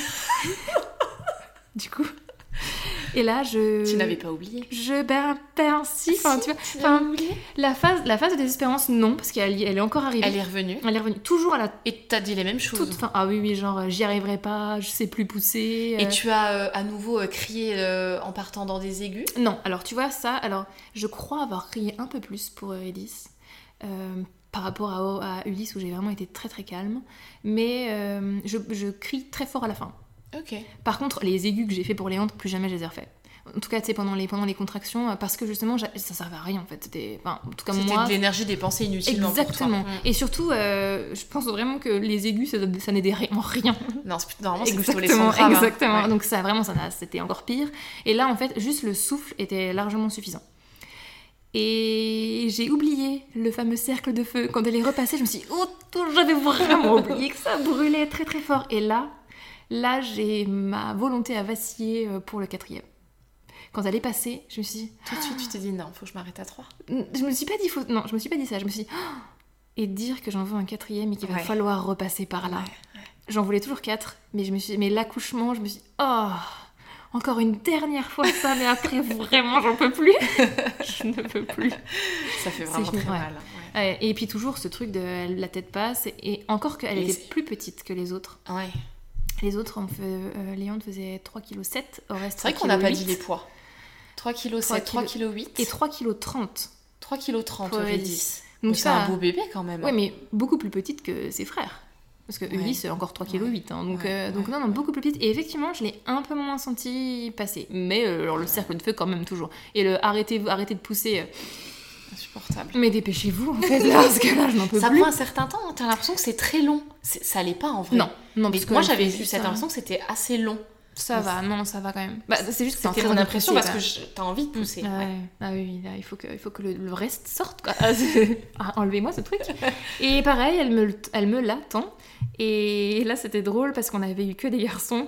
Du coup... Et là, je... Tu n'avais pas oublié? Je... Ben, ben si, enfin, si, tu vois... Tu enfin, oublié la phase, la phase de désespérance, non, parce qu'elle elle est encore arrivée. Elle est revenue? Elle est revenue, toujours à la... Et t'as dit les mêmes choses? Toute fin. Ah oui, oui, genre, j'y arriverai pas, je sais plus pousser... Et euh... tu as euh, à nouveau euh, crié euh, en partant dans des aigus? Non, alors, tu vois, ça, alors, je crois avoir crié un peu plus pour Eurydice, euh, par rapport à, à Ulysse, où j'ai vraiment été très très calme, mais euh, je, je crie très fort à la fin. Ok. Par contre, les aigus que j'ai fait pour Léandre, plus jamais je les ai refaits. En tout cas, tu sais, pendant les, pendant les contractions, parce que justement, ça servait à rien en fait. C'était, enfin, en tout cas, C'était moi, de l'énergie dépensée inutilement. Exactement. Pour toi. Et surtout, euh, je pense vraiment que les aigus, ça, ça n'aidait en rien. Non, c'est, normalement, c'est exactement, plutôt les sons graves. Exactement. Hein. Ouais. Donc, ça, vraiment, ça, c'était encore pire. Et là, en fait, juste le souffle était largement suffisant. Et j'ai oublié le fameux cercle de feu. Quand elle est repassée, je me suis dit, oh, j'avais vraiment oublié que ça brûlait très très fort. Et là, là, j'ai ma volonté à vaciller pour le quatrième. Quand elle est passée, je me suis dit... Tout de suite, tu t'es dit, non, faut que je m'arrête à trois. Je me suis pas dit... Faut... Non, je me suis pas dit ça. Je me suis dit... Oh, et dire que j'en veux un quatrième et qu'il va ouais. falloir repasser par là. Ouais, ouais. J'en voulais toujours quatre, mais, je me suis... mais l'accouchement, je me suis dit... Oh, encore une dernière fois ça, mais après, vraiment, j'en peux plus. Je ne peux plus. Ça fait vraiment très ouais. mal. Ouais. Et puis toujours, ce truc de la tête passe. Et encore qu'elle et était c'est... plus petite que les autres. Ouais. Les autres, on fait... euh, Léandre faisait trois virgule sept kilos. Au reste, c'est vrai qu'on n'a pas dit les poids. trois virgule sept, trois virgule huit. Et trois virgule trente. trois virgule trente, pour Eurydice. Donc c'est ça... un beau bébé quand même. Oui, mais beaucoup plus petite que ses frères. Parce que Ouais. Ulysse, c'est encore trois virgule huit kg. Hein, donc, Ouais, euh, donc ouais. non, non, beaucoup plus petite. Et effectivement, je l'ai un peu moins senti passer. Mais euh, alors, le cercle de feu, quand même, toujours. Et le arrêtez, arrêtez de pousser. euh, Insupportable. mais dépêchez-vous, en fait, là, parce que là, je n'en peux Ça plus. prend un certain temps, t'as l'impression que c'est très long. C'est- Ça l'est pas en vrai. Non, non, Mais parce que moi on j'avais fait eu juste cette ça. impression que c'était assez long. Ça va, non, ça va quand même. Bah, c'est juste que C'était c'est mon envie de impression pousser, parce que quoi. je- t'as envie de pousser. Ah, ouais. ouais. Ah oui, là, il faut que, il faut que le, le reste sorte, quoi. Ah, c'est- ah, enlevez-moi ce truc. Et pareil, elle me, le- elle me l'attend. Et là, c'était drôle parce qu'on avait eu que des garçons.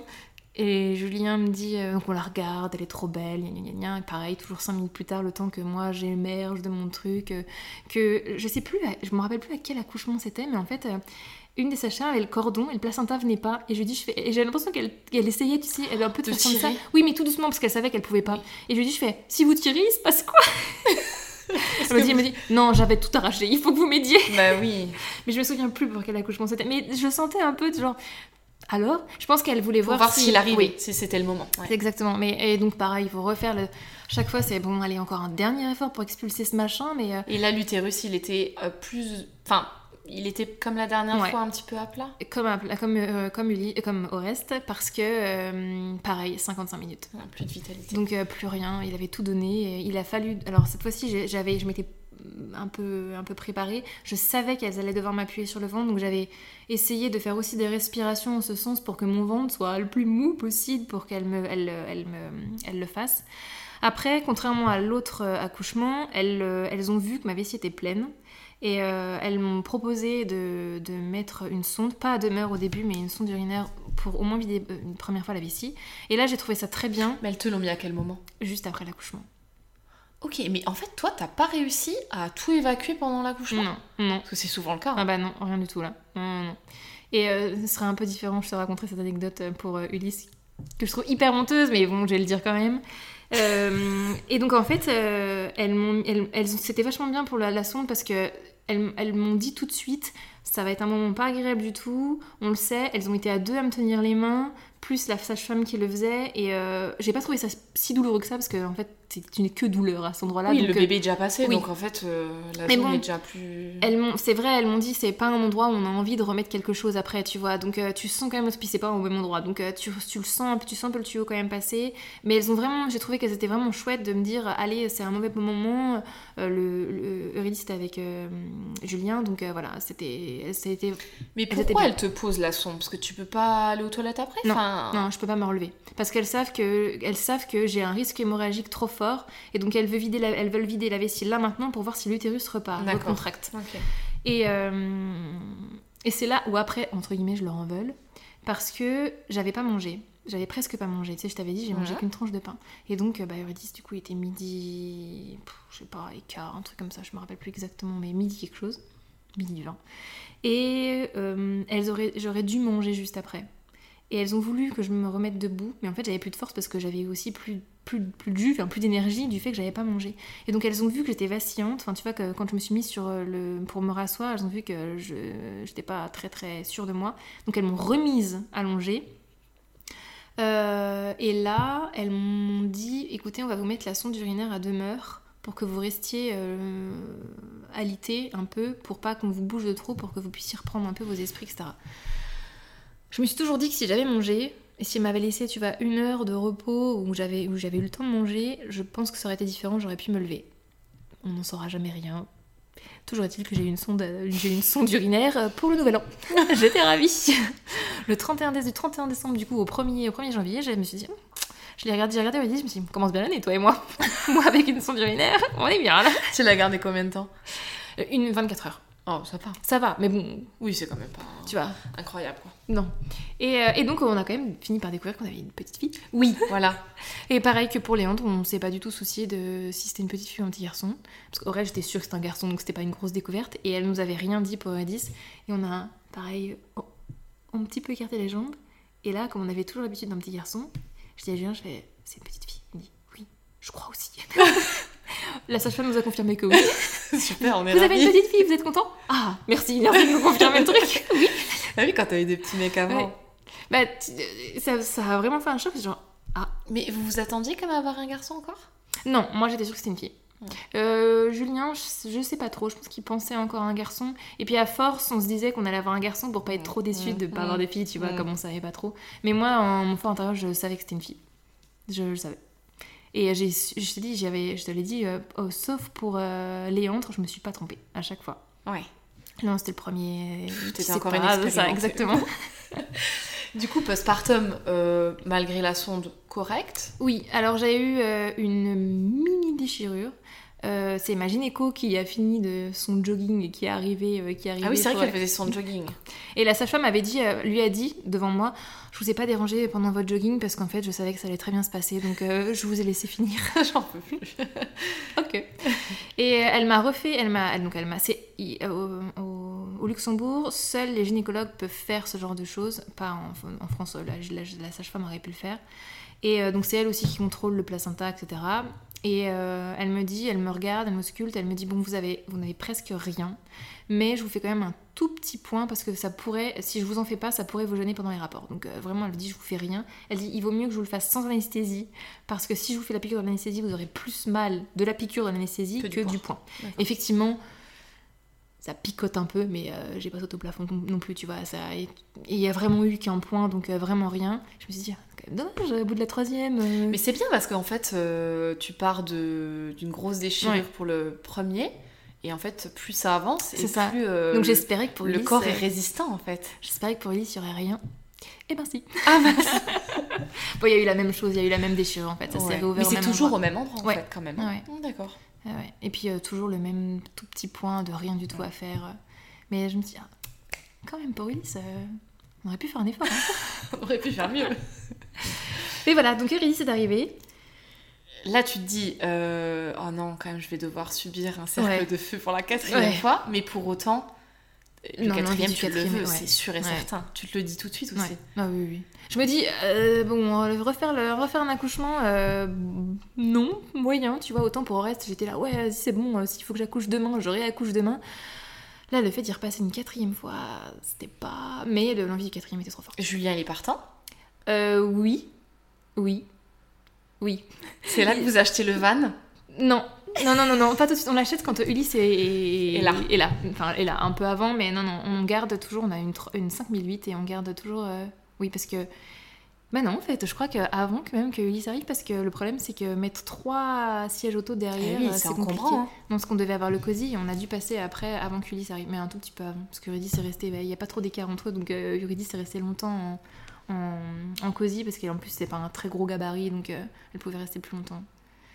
Et Julien me dit, euh, donc on la regarde, elle est trop belle, gna gna gna gna. Et pareil, toujours cinq minutes plus tard, le temps que moi j'émerge de mon truc, euh, que je sais plus, à- je me rappelle plus à quel accouchement c'était, mais en fait, euh, une des sages-femmes avait le cordon et le placenta venait pas. Et je lui dis, je fais, et j'ai l'impression qu'elle qu'elle essayait, tu sais, elle a un peu de De façon de ça. tirer. Oui, mais tout doucement parce qu'elle savait qu'elle pouvait pas. Et je lui dis, je fais, si vous tirez, il se passe quoi? Elle me dit, elle me dit, non, j'avais tout arraché, il faut que vous m'aidiez. Bah oui. Mais je me souviens plus pour quel accouchement c'était. Mais je sentais un peu de genre. Alors, je pense qu'elle voulait Pour voir, voir si- s'il arrivait, Oui, si c'était le moment. Ouais. c'est exactement. Mais et donc pareil, il faut refaire le. Chaque fois, c'est bon, allez, encore un dernier effort pour expulser ce machin, mais. euh, Et là, l'utérus, il était euh, plus. Enfin, il était comme la dernière Ouais. fois, un petit peu à plat. Comme, un- comme, euh, comme, Uli- comme Oreste, parce que, euh, pareil, cinquante-cinq minutes. Ouais, plus de vitalité. Donc euh, plus rien, il avait tout donné. Et il a fallu. Alors cette fois-ci, j'ai- j'avais, je m'étais un peu, un peu préparée. Je savais qu'elles allaient devoir m'appuyer sur le ventre, donc j'avais essayé de faire aussi des respirations en ce sens pour que mon ventre soit le plus mou possible pour qu'elle me, elle, elle me, elle le fasse. Après, contrairement à l'autre euh, accouchement, elles, euh, elles ont vu que ma vessie était pleine. Et euh, elles m'ont proposé de, de mettre une sonde, pas à demeure au début, mais une sonde urinaire pour au moins vider euh, une première fois la vessie. Et là, j'ai trouvé ça très bien, Mais elles te l'ont mis à quel moment? juste après l'accouchement. Ok, mais en fait, toi, t'as pas réussi à tout évacuer pendant l'accouchement? Non, non. Parce que c'est souvent le cas. Ah hein. bah non, rien du tout là. Non, non, non. Et euh, ce serait un peu différent, je te raconterai cette anecdote pour euh, Ulysse, que je trouve hyper honteuse, mais bon, je vais le dire quand même. Euh, et donc en fait, euh, elles m'ont, elles, elles ont- c'était vachement bien pour la, la sonde parce que elles, elles m'ont dit tout de suite, ça va être un moment pas agréable du tout, on le sait, elles ont été à deux à me tenir les mains, plus la sage-femme qui le faisait, et euh, j'ai pas trouvé ça si douloureux que ça parce que en fait, c'est- tu n'es que douleur à cet endroit-là. Oui, donc, le euh, bébé est déjà passé, oui. donc en fait, euh, la Mais zone bon, est déjà plus. Elles m'ont- c'est vrai, elles m'ont dit c'est pas un endroit où on a envie de remettre quelque chose après, tu vois. Donc euh, tu sens quand même, puis c'est pas au même endroit. Donc euh, tu, tu le sens, un peu- tu sens un peu le tuyau quand même passer. Mais elles ont vraiment, j'ai trouvé qu'elles étaient vraiment chouettes de me dire allez, c'est un mauvais moment. Euh, le, le Eurydice c'était avec euh, Julien, donc euh, voilà, c'était, c'était. Mais Elles étaient pourquoi bien. elles te posent la sonde? Parce que tu peux pas aller aux toilettes après? Non, Enfin... Non, je peux pas me relever parce qu'elles savent que, elles savent que j'ai un risque hémorragique trop fort et donc elles veulent vider la, elles veulent vider la vessie là maintenant pour voir si l'utérus repart, D'accord. recontracte. Ok. Et, euh, et c'est là où après, entre guillemets, je leur en vole. Parce que j'avais pas mangé. J'avais presque pas mangé. Tu sais, je t'avais dit, j'ai mangé Ouais. qu'une tranche de pain. Et donc, euh, bah, Eurydice, du coup, il était midi... pff, je sais pas, et quart, un truc comme ça. Je me rappelle plus exactement, mais midi quelque chose. Midi vingt. Et euh, elles auraient, j'aurais dû manger juste après. Et elles ont voulu que je me remette debout. Mais en fait, j'avais plus de force parce que j'avais aussi plus, plus, plus de jus, enfin, plus d'énergie du fait que j'avais pas mangé. Et donc elles ont vu que j'étais vacillante. Enfin, tu vois, que quand je me suis mise sur le, pour me rasseoir, elles ont vu que je n'étais pas très très sûre de moi. Donc elles m'ont remise allongée. Euh, et là, elles m'ont dit, écoutez, on va vous mettre la sonde urinaire à demeure pour que vous restiez euh, alité un peu, pour pas qu'on vous bouge de trop, pour que vous puissiez reprendre un peu vos esprits, et cetera. Je me suis toujours dit que si j'avais mangé, et si elle m'avait laissé, tu vois, une heure de repos où j'avais, où j'avais eu le temps de manger, je pense que ça aurait été différent, j'aurais pu me lever. On n'en saura jamais rien. Toujours est-il que j'ai eu une sonde, j'ai eu une sonde urinaire pour le nouvel an. J'étais ravie. Le trente et un, du trente et un décembre, du coup, au premier, au premier janvier, je me suis dit, je l'ai regardé, j'ai regardé, je me suis dit, on commence bien l'année, toi et moi. Moi, avec une sonde urinaire, on est bien là. Tu l'as gardé combien de temps? Une vingt-quatre heures. Oh, ça va. Ça va, mais bon, Oui, c'est quand même pas tu vois, incroyable, quoi. non. Et, euh, et donc, on a quand même fini par découvrir qu'on avait une petite fille. Oui, voilà. Et pareil que pour Léandre, on s'est pas du tout soucié de si c'était une petite fille ou un petit garçon. Parce qu'Aurel, j'étais sûre que c'était un garçon, donc c'était pas une grosse découverte. Et elle nous avait rien dit pour Eurydice. Et on a, pareil, oh, un petit peu écarté les jambes. Et là, comme on avait toujours l'habitude d'un petit garçon, je dis à Julien, je fais, c'est une petite fille. Il me dit, oui, je crois aussi. La sage-femme nous a confirmé que oui. Super, on est Vous avez ravis. une petite fille, vous êtes content? Ah, merci, merci de nous confirmer le truc. Oui. Ah oui, quand t'as eu des petits mecs avant. Ouais. Bah, tu- ça, ça a vraiment fait un choc, genre, ah. Mais vous vous attendiez quand même à avoir un garçon encore? Non, moi j'étais sûre que c'était une fille. Euh, Julien, je, je sais pas trop. Je pense qu'il pensait encore à un garçon. Et puis à force, on se disait qu'on allait avoir un garçon pour pas être trop déçu mmh. de pas mmh. avoir des filles, tu vois, mmh. comme on savait pas trop. Mais moi, en mon fort intérieur, je savais que c'était une fille. Je le savais. Et j'ai, je t'ai dit, j'avais, je te l'ai dit, euh, oh, sauf pour euh, Léandre, je me suis pas trompée à chaque fois. Ouais. Non, c'était le premier. T'étais encore inexpérimentée. Ça, exactement. Du coup, postpartum, euh, malgré la sonde, correcte. Oui, alors j'ai eu euh, une mini déchirure. Euh, c'est ma gynéco qui a fini de son jogging et qui est arrivée. Euh, qui est arrivée ah oui, c'est vrai pour... qu'elle faisait son jogging. Et la sage-femme avait dit, euh, lui a dit devant moi, je vous ai pas dérangé pendant votre jogging parce qu'en fait je savais que ça allait très bien se passer, donc euh, je vous ai laissé finir. J'en peux plus. Ok. Et elle m'a refait, elle m'a, donc elle m'a, c'est au, au, au Luxembourg, seuls les gynécologues peuvent faire ce genre de choses. Pas en, en France, la, la, la sage-femme aurait pu le faire. Et euh, donc c'est elle aussi qui contrôle le placenta, et cetera. Et euh, elle me dit, elle me regarde, elle m'ausculte, elle me dit, bon, vous avez, vous n'avez presque rien, mais je vous fais quand même un tout petit point parce que ça pourrait, si je vous en fais pas, ça pourrait vous gêner pendant les rapports. Donc euh, vraiment, elle me dit, je vous fais rien. Elle dit, il vaut mieux que je vous le fasse sans anesthésie parce que si je vous fais la piqûre de l'anesthésie, vous aurez plus mal de la piqûre de l'anesthésie que, que du, du point. Effectivement, ça picote un peu, mais euh, j'ai pas sauté au plafond non plus, tu vois. Ça, il y a vraiment eu qu'un point, donc euh, vraiment rien. Je me suis dit, ah, quand même dommage, au bout de la troisième. Euh... Mais c'est bien parce qu'en fait, euh, tu pars de, d'une grosse déchirure ouais. pour le premier, et en fait, plus ça avance, c'est et ça. plus euh, donc j'espérais que pour le Ulysse, corps est euh... résistant en fait. J'espérais que pour Ulysse, il y aurait rien. Eh ben si. Ah bah bon, il y a eu la même chose, il y a eu la même déchirure en fait. Ça ouais. s'est réouvert Mais au c'est même toujours endroit. au même endroit en ouais. fait, quand même. Ouais. Oh, d'accord. Ah ouais. Et puis euh, toujours le même tout petit point de rien du tout à faire. Mais je me dis, ah, quand même pour Ulysse, euh, on aurait pu faire un effort. Hein. On aurait pu faire mieux. Mais voilà, donc Eurydice est arrivée. Là, tu te dis, euh, oh non, quand même, je vais devoir subir un cercle ouais. de feu pour la quatrième ouais. fois. Mais pour autant, le non, quatrième, non, tu quatrième, le veux, ouais. c'est sûr et ouais. certain. Tu te le dis tout de suite aussi. Ouais. Ah oui, oui. Je me dis, euh, bon, refaire, le, refaire un accouchement, euh, non, moyen, tu vois. Autant pour le reste, j'étais là, ouais, vas-y, c'est bon, euh, s'il faut que j'accouche demain, je réaccouche demain. Là, le fait d'y repasser une quatrième fois, c'était pas... Mais l'envie du quatrième était trop forte. Julien, il est partant ? Euh, oui. Oui. Oui. C'est là que vous achetez le van ? Non. Non, non, non, non, pas tout de suite. On l'achète quand Ulysse est, est, est là. Est là. Enfin, est là, un peu avant, mais non, non, on garde toujours... On a une, une cinq mille huit et on garde toujours... Euh, oui, parce que... Bah non, en fait, je crois qu'avant que même que Ulysse arrive, parce que le problème, c'est que mettre trois sièges auto derrière, oui, c'est, c'est compliqué. Hein. Non, parce qu'on devait avoir le cosy, et on a dû passer après, avant qu'Ulysse arrive, mais un tout petit peu avant, parce qu'Eurydice est restée, il bah, n'y a pas trop d'écart entre eux, donc euh, Eurydice est restée longtemps en, en, en cosy, parce qu'en plus, c'est pas un très gros gabarit, donc euh, elle pouvait rester plus longtemps.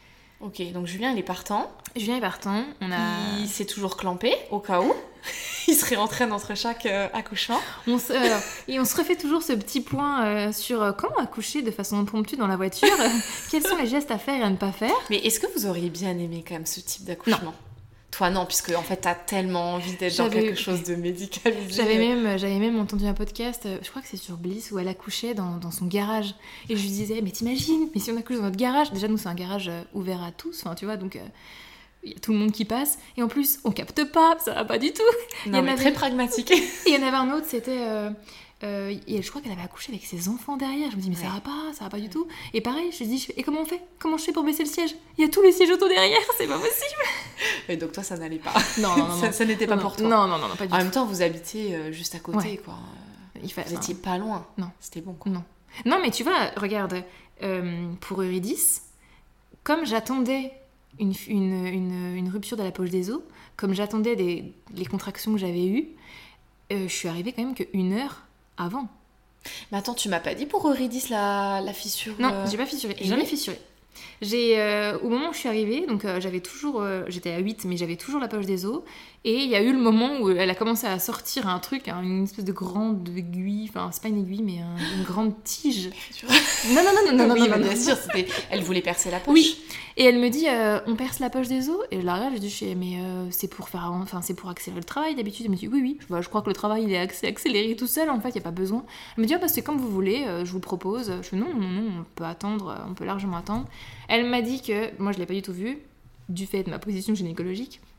Ok, donc Julien, il est partant. Julien est partant, on a... Il s'est toujours clampé, au cas où. Il se réentraîne entre chaque euh, accouchement. On se, euh, et on se refait toujours ce petit point euh, sur euh, comment accoucher de façon impromptue dans la voiture. Quels sont les gestes à faire et à ne pas faire. Mais est-ce que vous auriez bien aimé quand même ce type d'accouchement ? Non. Toi non, puisque en fait t'as tellement envie d'être j'avais... dans quelque chose de médicalisé. J'avais même, j'avais même entendu un podcast, euh, je crois que c'est sur Bliss, où elle accouchait dans, dans son garage. Et je lui disais, mais t'imagines, mais si on accouche dans notre garage, déjà nous c'est un garage euh, ouvert à tous, enfin tu vois, donc... Euh, il y a tout le monde qui passe, et en plus, on capte pas, ça va pas du tout. Non, mais avait... très pragmatique. Et il y en avait un autre, c'était... Euh, euh, et je crois qu'elle avait accouché avec ses enfants derrière. Je me dis, mais ouais. ça va pas, ça va pas du tout. Et pareil, je lui dis, et comment on fait ? Comment je fais pour baisser le siège ? Il y a tous les sièges auto derrière, c'est pas possible. Et donc toi, ça n'allait pas. Non, non, non. ça, non. ça n'était pas non, pour toi. Non, non, non, non, pas du en tout. même temps, vous habitez euh, juste à côté, ouais. quoi. Il fa... Vous étiez pas loin. Non. C'était bon, quoi. Non. Non, mais tu vois, regarde, euh, pour Eurydice, comme j'attendais Une, une, une, une rupture de la poche des os, comme j'attendais des, les contractions que j'avais eues, euh, je suis arrivée quand même qu'une heure avant. Mais attends, tu m'as pas dit pour Eurydice la, la fissure Non, euh... j'ai pas fissuré, j'ai jamais fissuré. J'ai, euh, au moment où je suis arrivée, donc euh, j'avais toujours, euh, j'étais à huit, mais j'avais toujours la poche des os, et il y a eu le moment où elle a commencé à sortir un truc, hein, une espèce de grande aiguille, enfin c'est pas une aiguille, mais un, une grande tige. non, non, non, non, non, oui, non, non, bien non. sûr, c'était... elle voulait percer la poche. Oui, et elle me dit, euh, on perce la poche des os, et je la regarde, je dis, mais euh, c'est pour faire, enfin c'est pour accélérer le travail d'habitude. Elle me dit, oui, oui, bah, je crois que le travail il est accéléré tout seul, en fait, il y a pas besoin. Elle me dit, ah, bah, c'est comme vous voulez, euh, je vous propose. Je fais, non, non, non, on peut attendre, on peut largement attendre. Elle m'a dit que, moi je l'ai pas du tout vu, du fait de ma position gynécologique,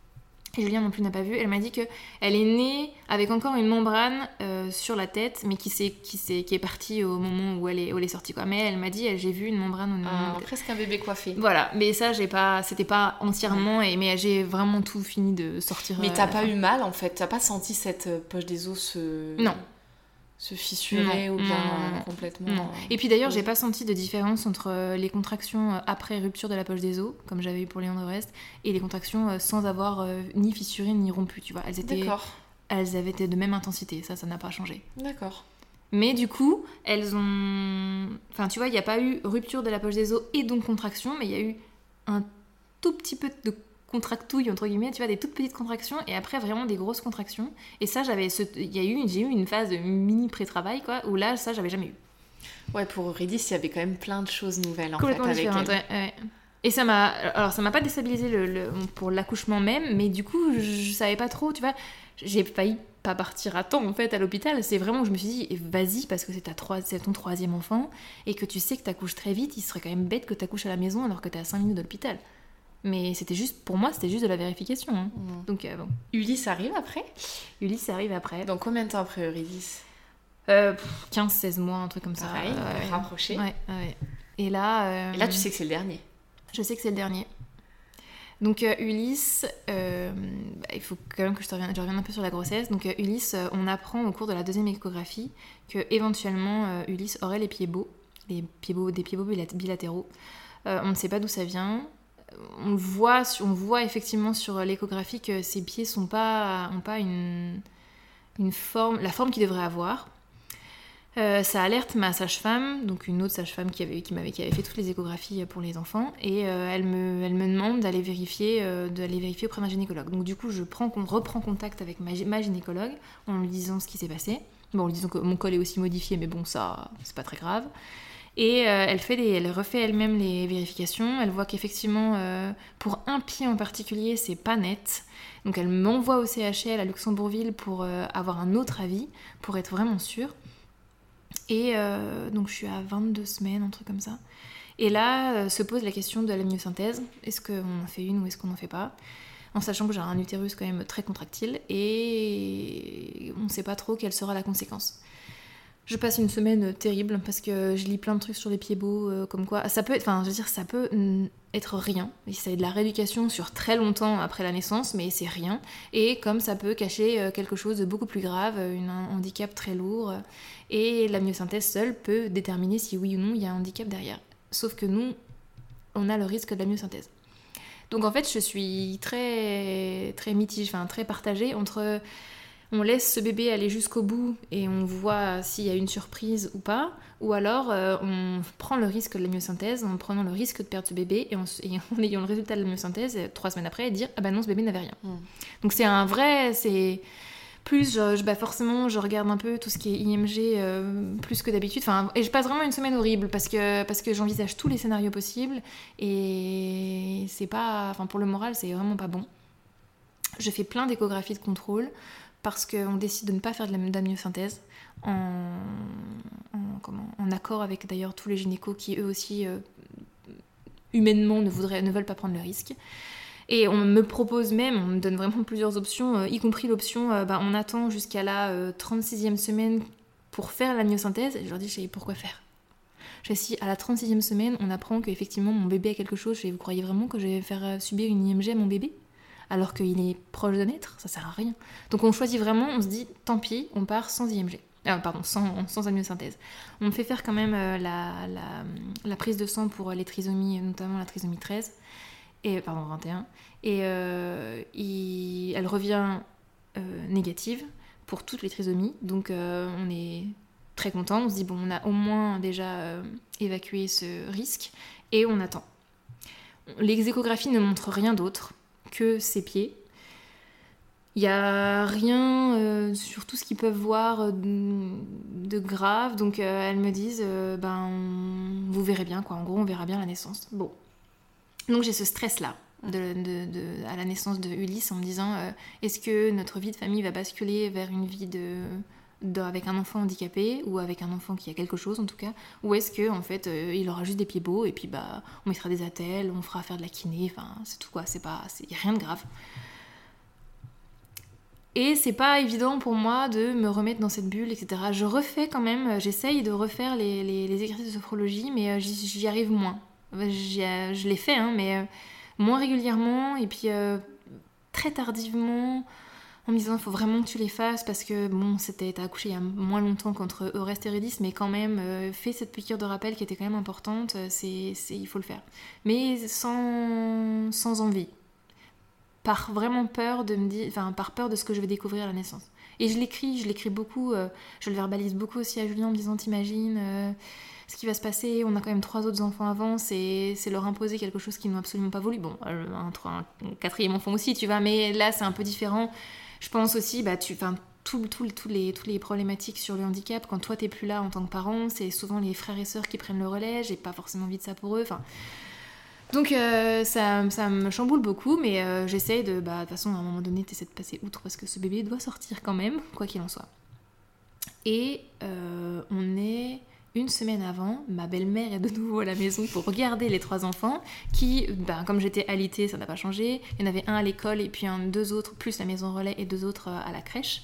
Et Julien non plus n'a pas vu. Elle m'a dit qu'elle est née avec encore une membrane euh, sur la tête, mais qui, s'est, qui, s'est, qui est partie au moment où elle est, où elle est sortie. Quoi. Mais elle m'a dit, elle, j'ai vu une membrane au moment ah, presque un bébé coiffé. Voilà, mais ça, j'ai pas, c'était pas entièrement, et, mais j'ai vraiment tout fini de sortir. Mais t'as pas fin. eu mal en fait? T'as pas senti cette poche des os se... Non. se fissurer non, ou bien non, non, complètement... Non. Et puis d'ailleurs, oui. j'ai pas senti de différence entre les contractions après rupture de la poche des os, comme j'avais eu pour Léon de Rest, et les contractions sans avoir euh, ni fissuré ni rompu, tu vois. Elles étaient, D'accord. Elles avaient été de même intensité, ça, ça n'a pas changé. D'accord. Mais du coup, elles ont... Enfin, tu vois, il n'y a pas eu rupture de la poche des os et donc contraction, mais il y a eu un tout petit peu de contractouille, entre guillemets, tu vois, des toutes petites contractions, et après, vraiment des grosses contractions. Et ça, j'avais... Ce... Il y a eu... J'ai eu une phase de mini pré-travail, quoi, où là, ça, j'avais jamais eu. Ouais, pour Eurydice, il y avait quand même plein de choses nouvelles, en fait, Complètement avec différentes, elle. Ouais, ouais. Et ça m'a... Alors, ça m'a pas déstabilisé le, le... pour l'accouchement même, mais du coup, je, je savais pas trop, tu vois. J'ai failli pas partir à temps, en fait, à l'hôpital. C'est vraiment, je me suis dit, vas-y, parce que c'est, ta trois... c'est ton troisième enfant, et que tu sais que t'accouches très vite, il serait quand même bête que t'accouches à la maison alors que t'es à cinq minutes de l'hôpital. Mais c'était juste, pour moi, c'était juste de la vérification. Hein. Mmh. Donc, euh, bon. Ulysse arrive après? Ulysse arrive après. Dans combien de temps après Eurydice? euh, quinze seize mois, un truc comme ça. Pareil, euh, ouais. rapproché. Ouais, ouais. Et là... Euh, Et là, tu sais que c'est le dernier. Je sais que c'est le dernier. Donc euh, Ulysse, euh, bah, il faut quand même que je, te revienne, je revienne un peu sur la grossesse. Donc euh, Ulysse, euh, on apprend au cours de la deuxième échographie que éventuellement euh, Ulysse aurait les pieds beaux, les pieds beaux, des pieds beaux bilatéraux. Euh, on ne sait pas d'où ça vient. On voit, on voit effectivement sur l'échographie que ses pieds n'ont pas, ont pas une, une forme, la forme qu'ils devraient avoir. Euh, ça alerte ma sage-femme, donc une autre sage-femme qui avait, qui m'avait, qui avait fait toutes les échographies pour les enfants, et euh, elle, me, elle me demande d'aller vérifier, euh, d'aller vérifier auprès d'un gynécologue. Donc du coup, je prends, reprends contact avec ma, ma gynécologue en lui disant ce qui s'est passé. Bon, en lui disant que mon col est aussi modifié, mais bon, ça, c'est pas très grave. Et euh, elle, fait les, elle refait elle-même les vérifications. Elle voit qu'effectivement, euh, pour un pied en particulier, c'est pas net. Donc elle m'envoie au C H L à Luxembourgville pour euh, avoir un autre avis, pour être vraiment sûre. Et euh, donc je suis à vingt-deux semaines, un truc comme ça. Et là euh, se pose la question de la myosynthèse. Est-ce qu'on en fait une ou est-ce qu'on n'en fait pas ? En sachant que j'ai un utérus quand même très contractile et on ne sait pas trop quelle sera la conséquence. Je passe une semaine terrible parce que je lis plein de trucs sur les pieds beaux, euh, comme quoi ça peut être, enfin je veux dire ça peut être rien. C'est de la rééducation sur très longtemps après la naissance, mais c'est rien. Et comme ça peut cacher quelque chose de beaucoup plus grave, une, un handicap très lourd. Et la myosynthèse seule peut déterminer si oui ou non il y a un handicap derrière. Sauf que nous, on a le risque de la myosynthèse. Donc en fait, je suis très, très mitigée, enfin très partagée entre on laisse ce bébé aller jusqu'au bout et on voit s'il y a une surprise ou pas, ou alors euh, on prend le risque de la myosynthèse en prenant le risque de perdre ce bébé et en, et en ayant le résultat de la myosynthèse trois semaines après et dire ah bah non, ce bébé n'avait rien. Mm. Donc c'est un vrai, c'est plus je, je, bah forcément je regarde un peu tout ce qui est I M G euh, plus que d'habitude, enfin, et je passe vraiment une semaine horrible parce que, parce que j'envisage tous les scénarios possibles et c'est pas, enfin pour le moral c'est vraiment pas bon. Je fais plein d'échographies de contrôle parce qu'on décide de ne pas faire de la, de la myosynthèse en, en, comment, en accord avec d'ailleurs tous les gynécos qui eux aussi euh, humainement ne, voudraient, ne veulent pas prendre le risque. Et on me propose même, on me donne vraiment plusieurs options, euh, y compris l'option euh, bah, on attend jusqu'à la euh, trente-sixième semaine pour faire la myosynthèse. Et je leur dis, je sais pourquoi faire. Je dis, si à la trente-sixième semaine, on apprend qu'effectivement mon bébé a quelque chose, je dis, vous croyez vraiment que je vais faire subir une I M G à mon bébé ? Alors qu'il est proche de naître, ça sert à rien. Donc on choisit vraiment, on se dit, tant pis, on part sans I M G. Ah, pardon, sans, sans amyosynthèse. On me fait faire quand même euh, la, la, la prise de sang pour les trisomies, notamment la trisomie treize, et, pardon, vingt et un, et euh, il, elle revient euh, négative pour toutes les trisomies, donc euh, on est très content, on se dit, bon, on a au moins déjà euh, évacué ce risque, et on attend. Les échographies ne montrent rien d'autre que ses pieds. Il n'y a rien euh, sur tout ce qu'ils peuvent voir euh, de grave, donc euh, elles me disent euh, ben on, vous verrez bien quoi, en gros on verra bien la naissance. Bon, donc j'ai ce stress là de, de, de, à la naissance de Ulysse en me disant euh, est-ce que notre vie de famille va basculer vers une vie de, de avec un enfant handicapé ou avec un enfant qui a quelque chose en tout cas, ou est-ce que en fait euh, il aura juste des pieds beaux et puis bah on mettra des attelles, on fera faire de la kiné, enfin c'est tout quoi, c'est pas, il y a rien de grave. Et c'est pas évident pour moi de me remettre dans cette bulle, et cetera. Je refais quand même, j'essaye de refaire les, les, les exercices de sophrologie, mais j'y, j'y arrive moins. J'y, je l'ai fait, hein, mais moins régulièrement, et puis euh, très tardivement, en me disant il faut vraiment que tu les fasses, parce que bon, c'était, t'as accouché il y a moins longtemps qu'entre Eurest et Eurydice, mais quand même, euh, fais cette piqûre de rappel qui était quand même importante, c'est, c'est, il faut le faire. Mais sans, sans envie. Par vraiment peur de me dire, enfin par peur de ce que je vais découvrir à la naissance. Et je l'écris, je l'écris beaucoup, euh, je le verbalise beaucoup aussi à Julien en me disant t'imagines euh, ce qui va se passer, on a quand même trois autres enfants avant, c'est, c'est leur imposer quelque chose qu'ils n'ont absolument pas voulu. Bon, euh, un, un, un quatrième enfant aussi, tu vois, mais là c'est un peu différent. Je pense aussi, bah tu, enfin tout, tout, tout les, toutes les problématiques sur le handicap, quand toi t'es plus là en tant que parent, c'est souvent les frères et sœurs qui prennent le relais, j'ai pas forcément envie de ça pour eux, enfin. Donc euh, ça, ça me chamboule beaucoup, mais euh, j'essaye de... Bah, de toute façon, à un moment donné, t'essaies de passer outre parce que ce bébé doit sortir quand même, quoi qu'il en soit. Et euh, on est une semaine avant, ma belle-mère est de nouveau à la maison pour regarder les trois enfants, qui, bah, comme j'étais alitée, ça n'a pas changé. Il y en avait un à l'école et puis un, deux autres, plus la maison relais et deux autres à la crèche.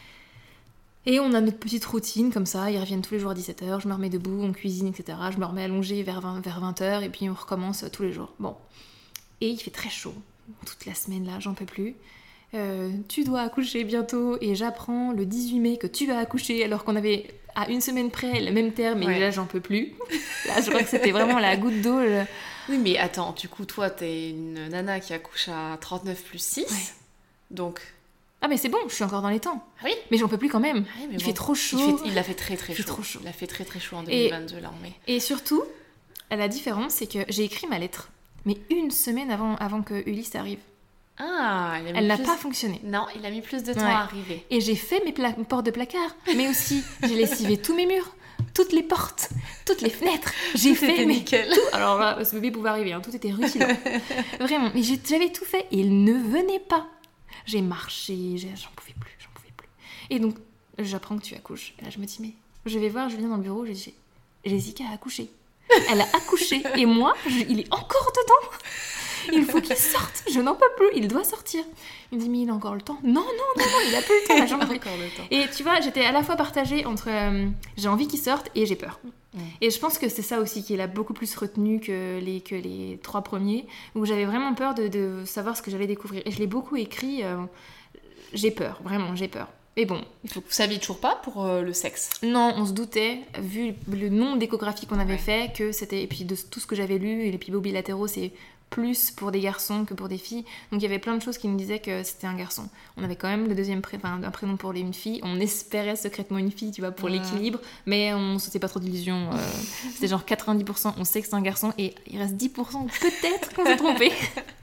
Et on a notre petite routine comme ça, ils reviennent tous les jours à dix-sept heures, je me remets debout, on cuisine, et cetera. Je me remets allongée vers vingt, vers vingt heures et puis on recommence tous les jours. Bon. Et il fait très chaud. Toute la semaine là, j'en peux plus. Euh, tu dois accoucher bientôt et j'apprends le dix-huit mai que tu vas accoucher alors qu'on avait à une semaine près le même terme et ouais. Là j'en peux plus. Là je crois que c'était vraiment la goutte d'eau. Je... Oui mais attends, du coup toi t'es une nana qui accouche à trente-neuf plus six, ouais. Donc... Ah mais c'est bon, je suis encore dans les temps. Ah oui. Mais j'en peux plus quand même. Ah oui, mais il bon, fait trop chaud. Il, fait, il a fait très très il chaud. Fait trop chaud. Il a fait très très chaud en deux mille vingt-deux et, là en mai. Et surtout, la différence c'est que j'ai écrit ma lettre, mais une semaine avant, avant que Ulysse arrive. Ah, il a mis elle n'a plus... pas fonctionné. Non, il a mis plus de temps ouais. à arriver. Et j'ai fait mes pla- portes de placard, mais aussi j'ai lessivé tous mes murs, toutes les portes, toutes les fenêtres. J'ai tout fait mes... nickel. Tout. Alors là, ce bébé pouvait arriver, hein. Tout était rutilant. Vraiment, mais j'avais tout fait et il ne venait pas. J'ai marché, j'ai... j'en pouvais plus, j'en pouvais plus. Et donc, j'apprends que tu accouches. Et là, je me dis, mais je vais voir Julien dans le bureau, je dis, Jessica a accouché. Elle a accouché, et moi, je... il est encore dedans. Il faut qu'il sorte, je n'en peux plus, il doit sortir. Il me dit, mais il a encore le temps. Non, non, non, non, il a plus le temps. Là, j'en ai encore le temps. Et tu vois, j'étais à la fois partagée entre euh, j'ai envie qu'il sorte et j'ai peur. Mmh. Et je pense que c'est ça aussi qui l'a beaucoup plus retenu que les, que les trois premiers, où j'avais vraiment peur de, de savoir ce que j'allais découvrir. Et je l'ai beaucoup écrit, euh, j'ai peur, vraiment, j'ai peur. Et bon, il faut... Vous saviez toujours pas pour euh, le sexe ? Non, on se doutait, vu le nombre d'échographies qu'on avait ouais. fait, que c'était... Et puis de tout ce que j'avais lu, et les pivots bilatéraux, c'est plus pour des garçons que pour des filles. Donc il y avait plein de choses qui nous disaient que c'était un garçon. On avait quand même le deuxième pré... enfin, un prénom pour une fille. On espérait secrètement une fille, tu vois, pour ouais. l'équilibre. Mais on se faisait pas trop d'illusions. Euh, c'était genre quatre-vingt-dix pour cent on sait que c'est un garçon. Et il reste dix pour cent peut-être qu'on s'est trompé.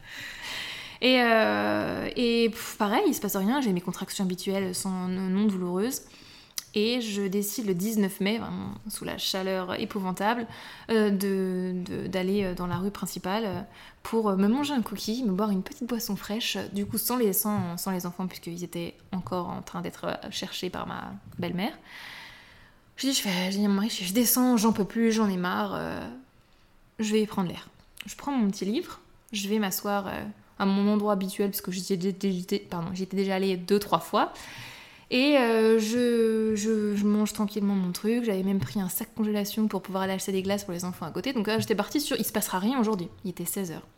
Et, euh, et pff, pareil, il se passe rien. J'ai mes contractions habituelles sans non douloureuses. Et je décide le dix-neuf mai, vraiment sous la chaleur épouvantable, euh, de, de, d'aller dans la rue principale pour me manger un cookie, me boire une petite boisson fraîche, du coup sans les, sans, sans les enfants, puisqu'ils étaient encore en train d'être cherchés par ma belle-mère. Je dis, je fais, je dis à mon mari, je, je descends, j'en peux plus, j'en ai marre, euh, je vais prendre l'air. Je prends mon petit livre, je vais m'asseoir euh, à mon endroit habituel, parce que j'y étais, pardon, j'y étais déjà allée deux, trois fois. Et euh, je, je, je mange tranquillement mon truc. J'avais même pris un sac congélation pour pouvoir aller acheter des glaces pour les enfants à côté. Donc là, j'étais partie sur « il se passera rien aujourd'hui ». Il était seize heures.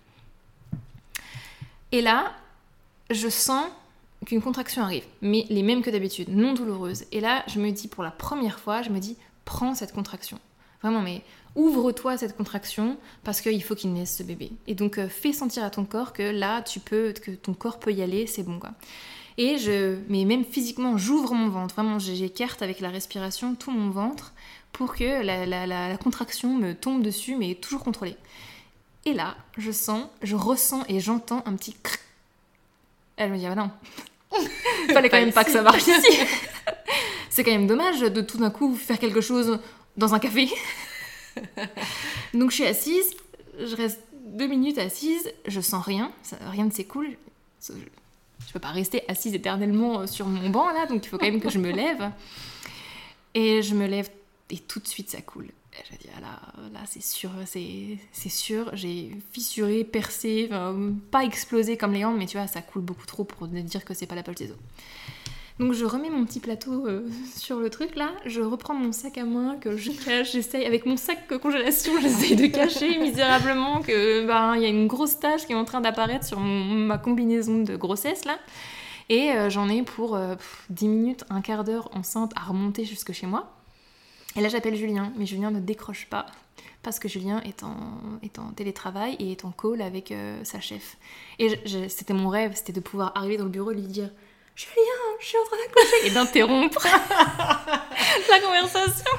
Et là, je sens qu'une contraction arrive, mais les mêmes que d'habitude, non douloureuses. Et là, je me dis, pour la première fois, je me dis « prends cette contraction ». Vraiment, mais ouvre-toi à cette contraction parce qu'il faut qu'il naisse ce bébé. Et donc, euh, fais sentir à ton corps que là, tu peux, que ton corps peut y aller, c'est bon, quoi. Et je, mais même physiquement, j'ouvre mon ventre. Vraiment, j'écarte avec la respiration tout mon ventre pour que la, la, la, la contraction me tombe dessus, mais toujours contrôlée. Et là, je sens, je ressens et j'entends un petit cric. Elle me dit, ah bah non, fallait quand même pas que ça marche ici. C'est quand même dommage de tout d'un coup faire quelque chose dans un café. Donc je suis assise, je reste deux minutes assise, je sens rien, ça, rien ne s'écoule. Je, je peux pas rester assise éternellement sur mon banc là, donc il faut quand même que je me lève. Et je me lève et tout de suite ça coule. Et je dis, ah là, là c'est sûr, c'est, c'est sûr, j'ai fissuré, percé, enfin, pas explosé comme les hanches, mais tu vois, ça coule beaucoup trop pour ne dire que c'est pas la poche des os. Donc je remets mon petit plateau euh, sur le truc là, je reprends mon sac à main que je cache, j'essaye, avec mon sac congélation, j'essaye de cacher misérablement que ben il y a une grosse tache qui est en train d'apparaître sur mon, ma combinaison de grossesse là. Et euh, j'en ai pour euh, pff, dix minutes, un quart d'heure enceinte à remonter jusque chez moi. Et là j'appelle Julien, mais Julien ne décroche pas parce que Julien est en, est en télétravail et est en call avec euh, sa chef. Et je, je, c'était mon rêve, c'était de pouvoir arriver dans le bureau et lui dire « Julien, je suis en train d'accoucher !» et d'interrompre la conversation.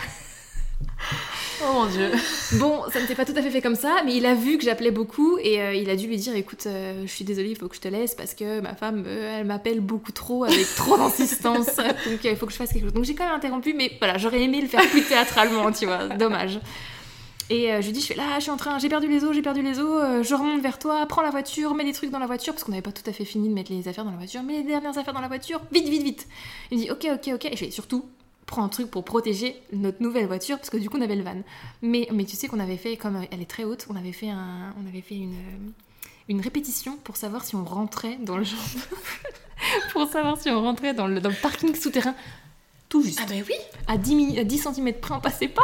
Oh mon Dieu. Bon, ça ne s'est pas tout à fait fait comme ça, mais il a vu que j'appelais beaucoup et euh, il a dû lui dire « Écoute, euh, je suis désolée, il faut que je te laisse parce que ma femme, euh, elle m'appelle beaucoup trop avec trop d'insistance, donc il euh, faut que je fasse quelque chose. » Donc j'ai quand même interrompu, mais voilà, j'aurais aimé le faire plus théâtralement, tu vois, dommage. Et euh, je lui dis, je fais là, je suis en train, j'ai perdu les os, j'ai perdu les os, euh, je remonte vers toi, prends la voiture, mets des trucs dans la voiture, parce qu'on n'avait pas tout à fait fini de mettre les affaires dans la voiture, mets les dernières affaires dans la voiture, vite, vite, vite. Il me dit, ok, ok, ok, et je fais surtout, prends un truc pour protéger notre nouvelle voiture, parce que du coup on avait le van. Mais, mais tu sais qu'on avait fait, comme elle est très haute, on avait fait, un, on avait fait une, une répétition pour savoir si on rentrait dans le genre, pour savoir si on rentrait dans le, dans le parking souterrain, tout juste. Ah bah oui. À dix centimètres près, on passait pas.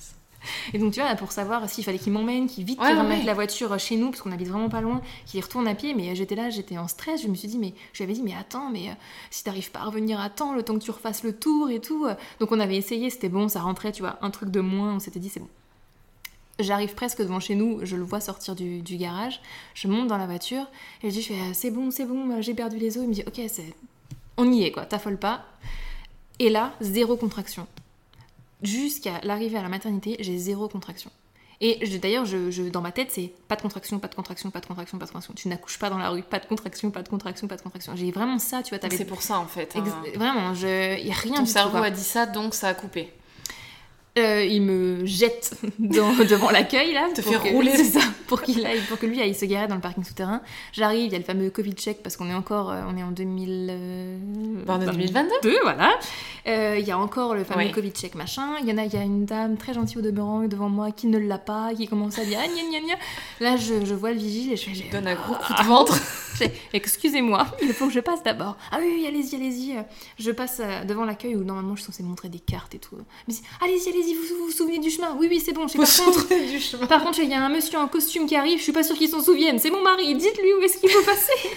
Et donc tu vois, pour savoir s'il fallait qu'il m'emmène, qu'il vite ouais, remette ouais. la voiture chez nous, parce qu'on habite vraiment pas loin, qu'il y retourne à pied, mais j'étais là, j'étais en stress, je me suis dit, mais je lui avais dit, mais attends, mais euh, si t'arrives pas à revenir à temps, le temps que tu refasses le tour et tout. Euh. Donc on avait essayé, c'était bon, ça rentrait, tu vois, un truc de moins, on s'était dit, c'est bon. J'arrive presque devant chez nous, je le vois sortir du, du garage, je monte dans la voiture, et je dis, je fais, c'est bon, c'est bon, j'ai perdu les os. Il me dit, ok, c'est... on y est, quoi, t'affole pas. Et là, zéro contraction. Jusqu'à l'arrivée à la maternité, j'ai zéro contraction. Et je, d'ailleurs, je, je, dans ma tête, c'est pas de contraction, pas de contraction, pas de contraction, pas de contraction. Tu n'accouches pas dans la rue, pas de contraction, pas de contraction, pas de contraction. J'ai vraiment ça, tu vois. T'avais... C'est pour ça, en fait. Hein. Ex- vraiment, il n'y a rien Ton du tout. Ton cerveau a dit ça, donc ça a coupé. Euh, il me jette dans, devant l'accueil là, te pour fait que, rouler, c'est ça, pour qu'il aille, pour que lui aille se garer dans le parking souterrain. J'arrive, il y a le fameux Covid check parce qu'on est encore, euh, on est en deux mille, euh, ben, en deux mille vingt-deux, voilà. Euh, il y a encore le fameux ouais. Covid check machin. Il y en a, il y a une dame très gentille au demeurant devant moi qui ne l'a pas, qui commence à dire ah, gna, gna, gna. Là, je, je vois le vigile et je fais, je donne un gros coup de ventre. Excusez-moi, il faut que je passe d'abord. Ah oui, oui, allez-y, allez-y. Je passe devant l'accueil où normalement je suis censée montrer des cartes et tout. Mais allez-y, allez-y, vous vous, vous souvenez du chemin? Oui, oui, c'est bon. Je sais, par contre, du chemin. Par contre, il y a un monsieur en costume qui arrive. Je suis pas sûre qu'il s'en souvienne. C'est mon mari. Dites-lui où est-ce qu'il faut passer.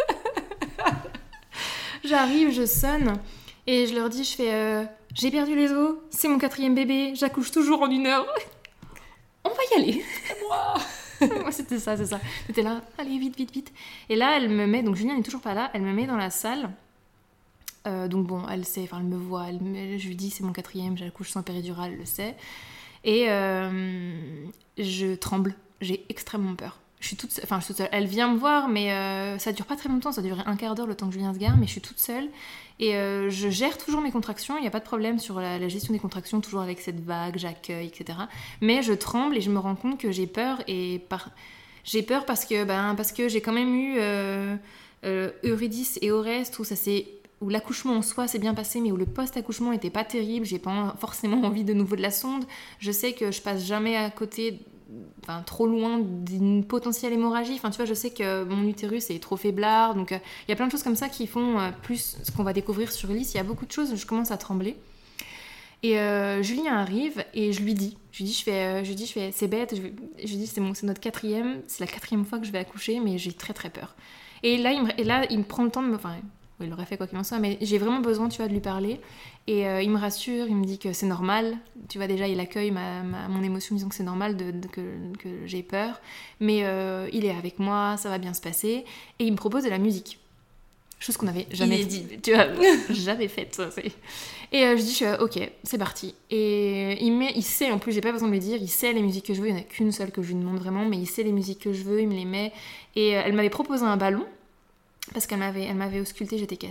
J'arrive, je sonne et je leur dis, je fais, euh, j'ai perdu les os. C'est mon quatrième bébé. J'accouche toujours en une heure. On va y aller. Wow. Moi, c'était ça, c'est ça. C'était là, allez, vite, vite, vite. Et là, elle me met, donc Julien n'est toujours pas là, elle me met dans la salle. Euh, donc bon, elle sait, enfin, elle me voit, elle me, je lui dis, c'est mon quatrième, j'accouche sans péridurale, elle le sait. Et euh, je tremble, j'ai extrêmement peur. Je suis toute seule, enfin, je suis toute seule. Elle vient me voir, mais euh, ça dure pas très longtemps, ça durait un quart d'heure le temps que Julien se gare, mais je suis toute seule. Et euh, je gère toujours mes contractions, il n'y a pas de problème sur la, la gestion des contractions, toujours avec cette vague, j'accueille, et cetera. Mais je tremble et je me rends compte que j'ai peur, et par... j'ai peur parce que, ben, parce que j'ai quand même eu euh, euh, Eurydice et Oreste, où, ça s'est... où l'accouchement en soi s'est bien passé, mais où le post-accouchement n'était pas terrible, j'ai pas forcément envie de nouveau de la sonde. Je sais que je passe jamais à côté... Enfin, trop loin d'une potentielle hémorragie. Enfin, tu vois, je sais que mon utérus est trop faiblard. Donc, il euh, y a plein de choses comme ça qui font euh, plus ce qu'on va découvrir sur Ulysse. Il y a beaucoup de choses, je commence à trembler. Et euh, Julien arrive et je lui dis, je lui dis, je fais, euh, je lui dis, je fais, c'est bête. Je, je lui dis, c'est, mon, c'est notre quatrième, c'est la quatrième fois que je vais accoucher, mais j'ai très très peur. Et là, il me, et là, il me prend le temps de me... Enfin, il l'aurait fait quoi qu'il en soit, mais j'ai vraiment besoin, tu vois, de lui parler. Et euh, il me rassure, il me dit que c'est normal. Tu vois, déjà, il accueille ma, ma, mon émotion, disant que c'est normal de, de, que, que j'ai peur. Mais euh, il est avec moi, ça va bien se passer. Et il me propose de la musique. Chose qu'on n'avait jamais dit. Tu vois, jamais faite, ça. C'est... Et euh, je dis, je, ok, c'est parti. Et il, met, il sait, en plus, j'ai pas besoin de lui dire, il sait les musiques que je veux. Il n'y en a qu'une seule que je lui demande vraiment, mais il sait les musiques que je veux, il me les met. Et euh, elle m'avait proposé un ballon. Parce qu'elle m'avait, elle m'avait auscultée, j'étais cassée.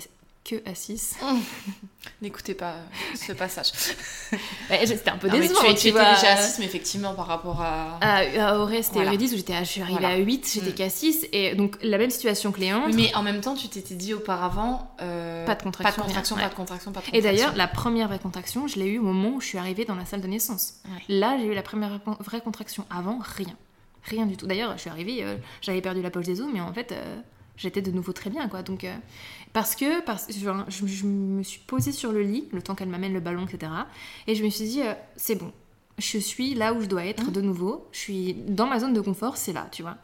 que à six. Mmh. N'écoutez pas ce passage. Ouais, c'était un peu non, décevant. Tu, tu tu vois. étais déjà à six, mais effectivement, par rapport à... À, à Auray, c'était voilà. Eurydice, où j'étais à, je suis arrivée Voilà. à huit, j'étais mmh. qu'à six. Et donc, la même situation que Léandre. Oui, mais en même temps, tu t'étais dit auparavant... Euh, pas de contraction. Pas de contraction, rien. pas de contraction, pas de Et contraction. d'ailleurs, la première vraie contraction, je l'ai eue au moment où je suis arrivée dans la salle de naissance. Ouais. Là, j'ai eu la première vraie contraction. Avant, rien. Rien du tout. D'ailleurs, je suis arrivée, euh, j'avais perdu la poche des os, mais en fait... Euh, j'étais de nouveau très bien, quoi. Donc, euh, parce que parce, genre, je, je me suis posée sur le lit, le temps qu'elle m'amène le ballon, et cetera. Et je me suis dit, euh, c'est bon, je suis là où je dois être mmh. de nouveau. Je suis dans ma zone de confort, c'est là, tu vois.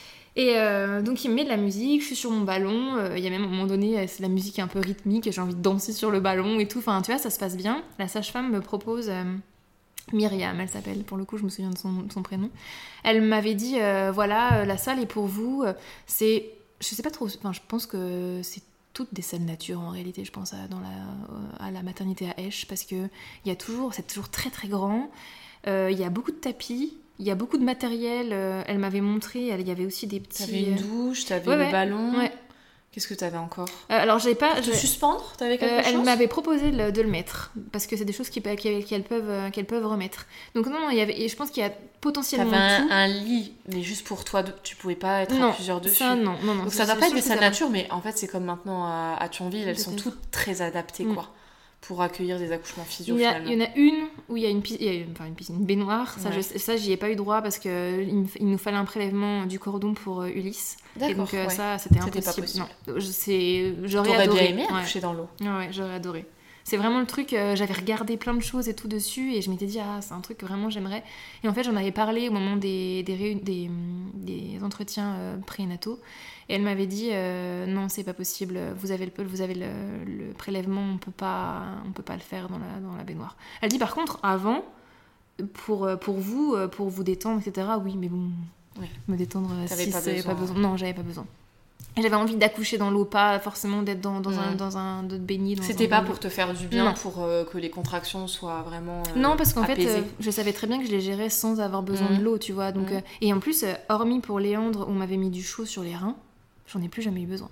Et euh, donc, il me met de la musique, je suis sur mon ballon. Il euh, y a même, à un moment donné, c'est la musique un peu rythmique, j'ai envie de danser sur le ballon et tout. Enfin, tu vois, ça se passe bien. La sage-femme me propose... Euh, Myriam, elle s'appelle, pour le coup je me souviens de son, de son prénom. Elle m'avait dit, euh, voilà, la salle est pour vous, c'est... Je sais pas trop, enfin, je pense que c'est toutes des salles nature en réalité, je pense à, dans la, à la maternité à Esch, parce que il y a toujours, c'est toujours très très grand, euh, il y a beaucoup de tapis, il y a beaucoup de matériel, euh, elle m'avait montré, il y avait aussi des petits... T'avais une douche, t'avais ouais, le ouais, ballon... Ouais. Qu'est-ce que t'avais encore euh, Alors j'avais pas... Te je... suspendre T'avais quelque euh, chose Elle m'avait proposé de le, de le mettre, parce que c'est des choses qui, qui, qu'elles, peuvent, qu'elles peuvent remettre. Donc non, non, il y avait, et je pense qu'il y a potentiellement T'avais un, tout. un lit, mais juste pour toi, tu pouvais pas être non, à plusieurs dessus. Ça, non, non, non. Donc ça doit pas être des salles nature, mais en fait c'est comme maintenant à, à Thionville, elles Peut-être. sont toutes très adaptées, Mm. quoi, pour accueillir des accouchements physio, Il y, a, finalement. il y en a une où il y a une, piscine, enfin une, piscine, une baignoire, ça, Ouais. je, ça j'y ai pas eu droit parce qu'il il, il nous fallait un prélèvement du cordon pour euh, Ulysse. D'accord, et donc euh, ouais. ça c'était C'était impossible. pas possible. Non, je, c'est, j'aurais T'aurais adoré. bien aimé ouais. accoucher dans l'eau. Ouais, ouais, j'aurais adoré. C'est vraiment le truc, euh, j'avais regardé plein de choses et tout dessus et je m'étais dit, ah, c'est un truc que vraiment j'aimerais. Et en fait, j'en avais parlé au moment des, des, réun- des, des entretiens euh, prénataux. Et elle m'avait dit, euh, non, c'est pas possible, vous avez le, vous avez le, le prélèvement, on peut pas, on peut pas le faire dans la, dans la baignoire. Elle dit, par contre, avant, pour, pour vous, pour vous détendre, et cetera, oui, mais bon, Ouais. me détendre, T'avais si pas c'est besoin. pas besoin. Non, j'avais pas besoin. Et j'avais envie d'accoucher dans l'eau, pas forcément d'être dans, dans, Mm. un, dans un... de baigner dans C'était un pas bain pour d'eau. te faire du bien, Non. pour euh, que les contractions soient vraiment euh, Non, parce qu'en fait, apaisées. euh, je savais très bien que je les gérais sans avoir besoin Mm. de l'eau, tu vois. Donc, Mm. euh, et en plus, euh, hormis pour Léandre, où on m'avait mis du chaud sur les reins, j'en ai plus jamais eu besoin.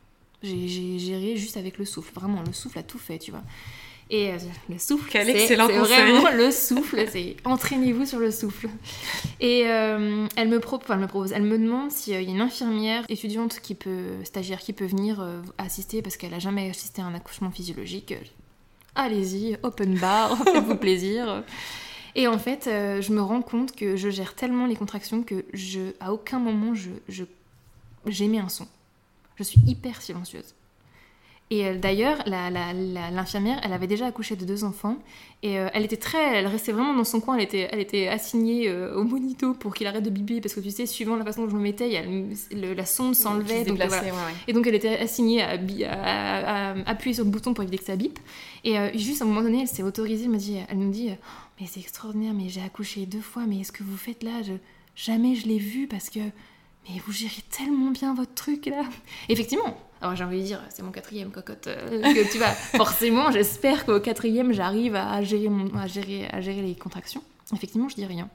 J'ai, j'ai géré juste avec le souffle. Vraiment, le souffle a tout fait, tu vois. Et euh, le souffle, Quel c'est, excellent c'est conseil. vraiment le souffle. C'est entraînez-vous sur le souffle. Et euh, elle me propose, enfin, elle me propose, elle me demande s'il y a une infirmière étudiante qui peut, stagiaire qui peut venir euh, assister parce qu'elle a jamais assisté à un accouchement physiologique. Allez-y, open bar, faites-vous plaisir. Et en fait, euh, je me rends compte que je gère tellement les contractions que je, à aucun moment je, je j'émets un son. Je suis hyper silencieuse. Et euh, d'ailleurs, la, la, la, l'infirmière, elle avait déjà accouché de deux enfants. Et euh, elle était très... Elle restait vraiment dans son coin. Elle était, elle était assignée euh, au monito pour qu'il arrête de biper. Parce que tu sais, suivant la façon dont je me mettais, il y a le, le- la sonde s'enlevait. Qui se Donc, déplaçait, voilà. ouais, ouais. Et donc, elle était assignée à, bi- à, à- à appuyer sur le bouton pour éviter que ça bip. Et euh, juste à un moment donné, elle s'est autorisée. Elle me dit, elle me dit oh, mais c'est extraordinaire, mais j'ai accouché deux fois. Mais ce que vous faites là, je, jamais je l'ai vu parce que... Mais vous gérez tellement bien votre truc là. Effectivement. Alors j'ai envie de dire, c'est mon quatrième cocotte. euh, que tu vas forcément, j'espère qu'au quatrième, j'arrive à gérer, mon, à gérer, à gérer les contractions. Effectivement, je dis rien.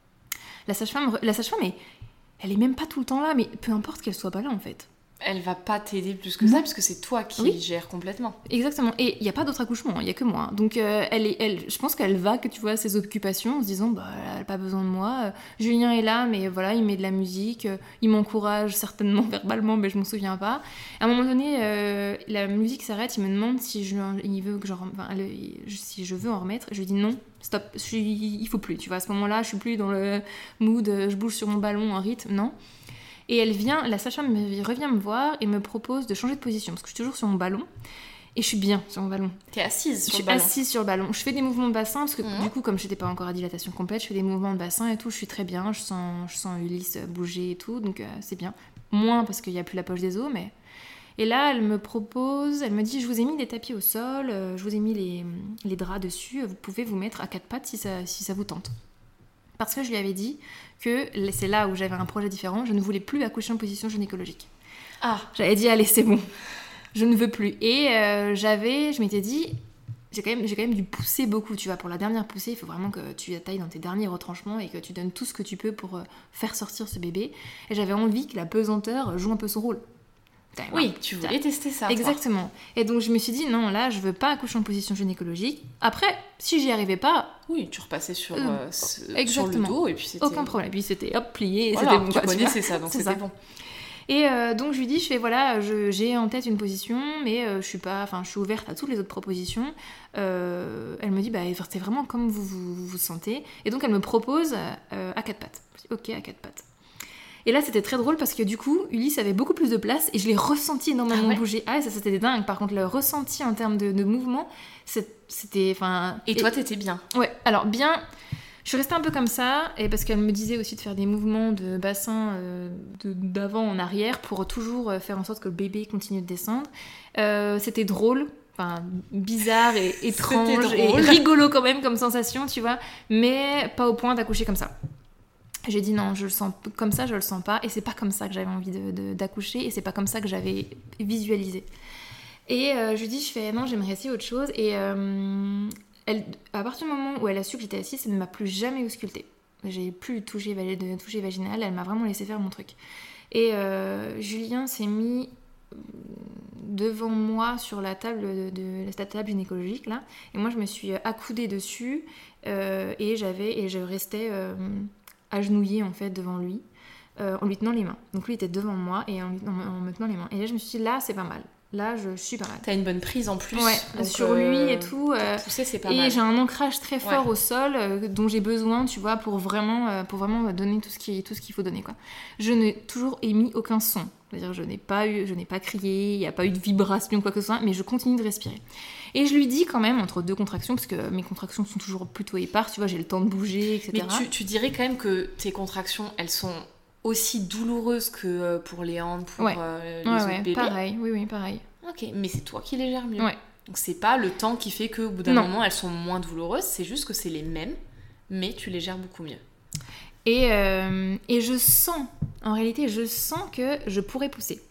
La sage-femme, la sage-femme, elle, elle est même pas tout le temps là, mais peu importe qu'elle soit pas là en fait. Elle va pas t'aider plus que Non. ça, parce que c'est toi qui Oui. gères complètement. Exactement. Et il n'y a pas d'autre accouchement, il n'y a que moi. Donc euh, elle est, elle, je pense qu'elle va, que tu vois, à ses occupations en se disant, bah, elle n'a pas besoin de moi. Euh, Julien est là, mais voilà, il met de la musique, euh, il m'encourage certainement verbalement, mais je m'en souviens pas. À un moment donné, euh, la musique s'arrête, il me demande si je, il veut que je, rem- enfin, elle- si je veux en remettre. Je lui dis non, stop, je suis, il faut plus. Tu vois, à ce moment-là, je suis plus dans le mood, euh, je bouge sur mon ballon en rythme, non. Et elle vient, la sage-femme me- revient me voir et me propose de changer de position, parce que je suis toujours sur mon ballon. Et je suis bien sur mon ballon. T'es assise Je sur suis le ballon. assise sur le ballon. Je fais des mouvements de bassin parce que Mhm. du coup, comme je n'étais pas encore à dilatation complète, je fais des mouvements de bassin et tout. Je suis très bien. Je sens, je sens Ulysse bouger et tout, donc euh, c'est bien. Moins parce qu'il n'y a plus la poche des os, mais. Et là, elle me propose, elle me dit, je vous ai mis des tapis au sol, euh, je vous ai mis les, les draps dessus. Vous pouvez vous mettre à quatre pattes si ça, si ça vous tente. Parce que je lui avais dit que c'est là où j'avais un projet différent. Je ne voulais plus accoucher en position gynécologique. Ah, J'avais dit, allez, c'est bon. Je ne veux plus. Et euh, j'avais, je m'étais dit, j'ai quand, même, j'ai quand même dû pousser beaucoup, tu vois. Pour la dernière poussée, il faut vraiment que tu attailles dans tes derniers retranchements et que tu donnes tout ce que tu peux pour euh, faire sortir ce bébé. Et j'avais envie que la pesanteur joue un peu son rôle. Oui, tu voulais tester ça. Exactement. Toi. Et donc je me suis dit, non, là, je veux pas accoucher en position gynécologique. Après, si j'y arrivais pas... Oui, tu repassais sur, euh, euh, ce, sur le dos et puis c'était... Aucun problème. Et puis c'était hop, plié, et voilà, c'était bon. Tu quoi, connaissais ça, donc c'est c'était ça. bon. Et euh, donc je lui dis, je fais voilà, je, j'ai en tête une position, mais euh, je suis pas, enfin je suis ouverte à toutes les autres propositions. Euh, elle me dit, bah c'est vraiment comme vous vous, vous sentez. Et donc elle me propose euh, à quatre pattes. Je dis, ok, à quatre pattes. Et là c'était très drôle parce que du coup Ulysse avait beaucoup plus de place et je l'ai ressenti énormément ah ouais. bouger. Ah ça c'était dingue. Par contre le ressenti en termes de, de mouvement, c'était, enfin. Et, et toi t'étais bien. Ouais. Alors bien. Je suis restée un peu comme ça, et parce qu'elle me disait aussi de faire des mouvements de bassin euh, de, d'avant en arrière pour toujours faire en sorte que le bébé continue de descendre. Euh, c'était drôle, enfin bizarre et étrange et rigolo quand même comme sensation, tu vois, mais pas au point d'accoucher comme ça. J'ai dit non, je le sens comme ça, je le sens pas, et c'est pas comme ça que j'avais envie de, de, d'accoucher, et c'est pas comme ça que j'avais visualisé. Et euh, je lui dis, je fais non, j'aimerais essayer autre chose, et euh, elle, à partir du moment où elle a su que j'étais assise, elle ne m'a plus jamais auscultée. J'ai plus touché de toucher vaginal, elle m'a vraiment laissé faire mon truc. Et euh, Julien s'est mis devant moi sur la table de, de la table gynécologique là, et moi je me suis accoudée dessus euh, et j'avais et je restais euh, agenouillée en fait devant lui euh, en lui tenant les mains. Donc lui était devant moi et en, lui, en, en me tenant les mains. Et là je me suis dit là c'est pas mal. Là, je suis pas mal. T'as une bonne prise en plus. Ouais, donc sur euh, lui et tout. Euh, pousser, c'est pas et mal. j'ai un ancrage très fort ouais. au sol euh, dont j'ai besoin, tu vois, pour vraiment, euh, pour vraiment donner tout ce, qui, tout ce qu'il faut donner, quoi. Je n'ai toujours émis aucun son. C'est-à-dire, je n'ai pas eu, je n'ai pas crié, il n'y a pas eu de vibration, quoi que ce soit, mais je continue de respirer. Et je lui dis quand même, entre deux contractions, parce que mes contractions sont toujours plutôt éparses, tu vois, j'ai le temps de bouger, et cetera. Mais tu, tu dirais quand même que tes contractions, elles sont aussi douloureuses que pour les handes, pour ouais. euh, les ouais, autres ouais, bébés. Pareil, oui, oui, pareil. Ok, mais c'est toi qui les gères mieux. Ouais. Donc c'est pas le temps qui fait qu'au bout d'un non. moment elles sont moins douloureuses, c'est juste que c'est les mêmes, mais tu les gères beaucoup mieux. Et, euh, et je sens, en réalité, je sens que je pourrais pousser.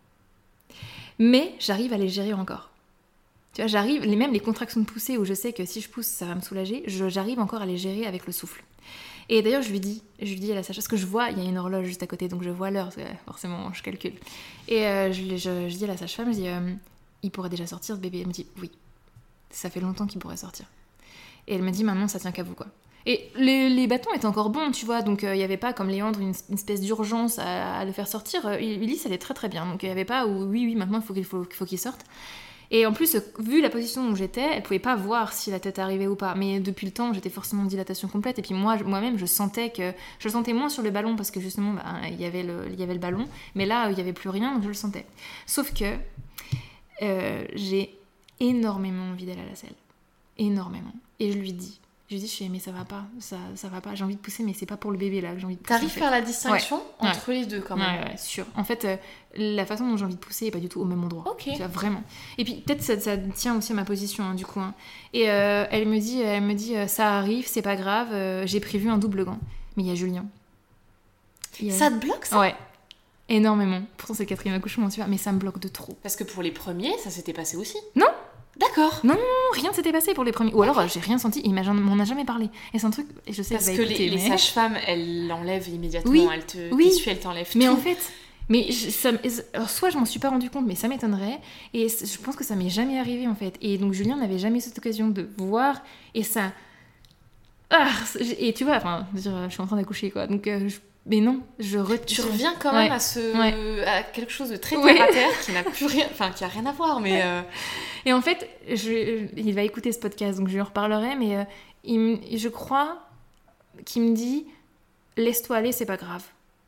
Mais j'arrive à les gérer encore. Tu vois, j'arrive, les, même les contractions de poussée où je sais que si je pousse, ça va me soulager, je, j'arrive encore à les gérer avec le souffle. Et d'ailleurs, je lui dis, je lui dis à la sage-femme, parce que je vois, il y a une horloge juste à côté, donc je vois l'heure, parce que forcément, je calcule. Et euh, je, je, je dis à la sage-femme, je dis, euh, il pourrait déjà sortir, ce bébé. Elle me dit, oui, ça fait longtemps qu'il pourrait sortir. Et elle me dit, maintenant, ça tient qu'à vous, quoi. Et les, les bâtons étaient encore bons, tu vois, donc il euh, n'y avait pas, comme Léandre, une, une espèce d'urgence à, à le faire sortir. Euh, Ulysse allait très très bien, donc il n'y avait pas, où, oui, oui, maintenant, il faut qu'il faut, faut qu'il sorte. Et en plus, vu la position où j'étais, elle pouvait pas voir si la tête arrivait ou pas. Mais depuis le temps, j'étais forcément en dilatation complète. Et puis moi, moi-même, je sentais que... Je le sentais moins sur le ballon parce que justement, bah, il y avait le, il y avait le ballon. Mais là, il n'y avait plus rien, donc je le sentais. Sauf que euh, j'ai énormément envie d'aller à la selle. Énormément. Et je lui dis... Je lui dis, je fais, mais ça va pas, ça, ça va pas. J'ai envie de pousser, mais c'est pas pour le bébé là que j'ai envie de pousser. T'arrives à faire la distinction ouais. entre ouais. les deux quand même. Ouais, ouais, sûr. En fait, euh, la façon dont j'ai envie de pousser est pas du tout au même endroit. Ok. Tu vois, vraiment. Et puis peut-être ça, ça tient aussi à ma position hein, du coup. Hein. Et euh, elle me dit, elle me dit, euh, ça arrive, c'est pas grave. Euh, j'ai prévu un double gant. Mais il y a Julien. Il a... Ça te bloque ça? Ouais. Énormément. Pourtant c'est le quatrième accouchement, tu vois. Mais ça me bloque de trop. Parce que pour les premiers, ça s'était passé aussi. Non. D'accord. Non, rien ne s'était passé pour les premiers. Ou alors j'ai rien senti, il m'en a jamais parlé. Et c'est un truc, et je sais parce que, que écouter, les, mais... les sages-femmes, elles l'enlèvent immédiatement, oui, elles te oui. t'essuient, elles t'enlèvent mais tout. en fait, mais je, ça, alors soit je m'en suis pas rendu compte, mais ça m'étonnerait. Et je pense que ça m'est jamais arrivé en fait. Et donc Julien n'avait jamais cette occasion de voir. Et ça, ah, et tu vois, enfin, je suis en train d'accoucher quoi. Donc euh, je... Mais non, je re... Tu reviens quand même ouais. à, ce... ouais. à quelque chose de très ouais. terre à terre qui n'a plus rien, enfin qui a rien à voir, mais. Euh... Et en fait, je... il va écouter ce podcast, donc je lui en reparlerai, mais euh, il... je crois qu'il me dit laisse-toi aller, c'est pas grave.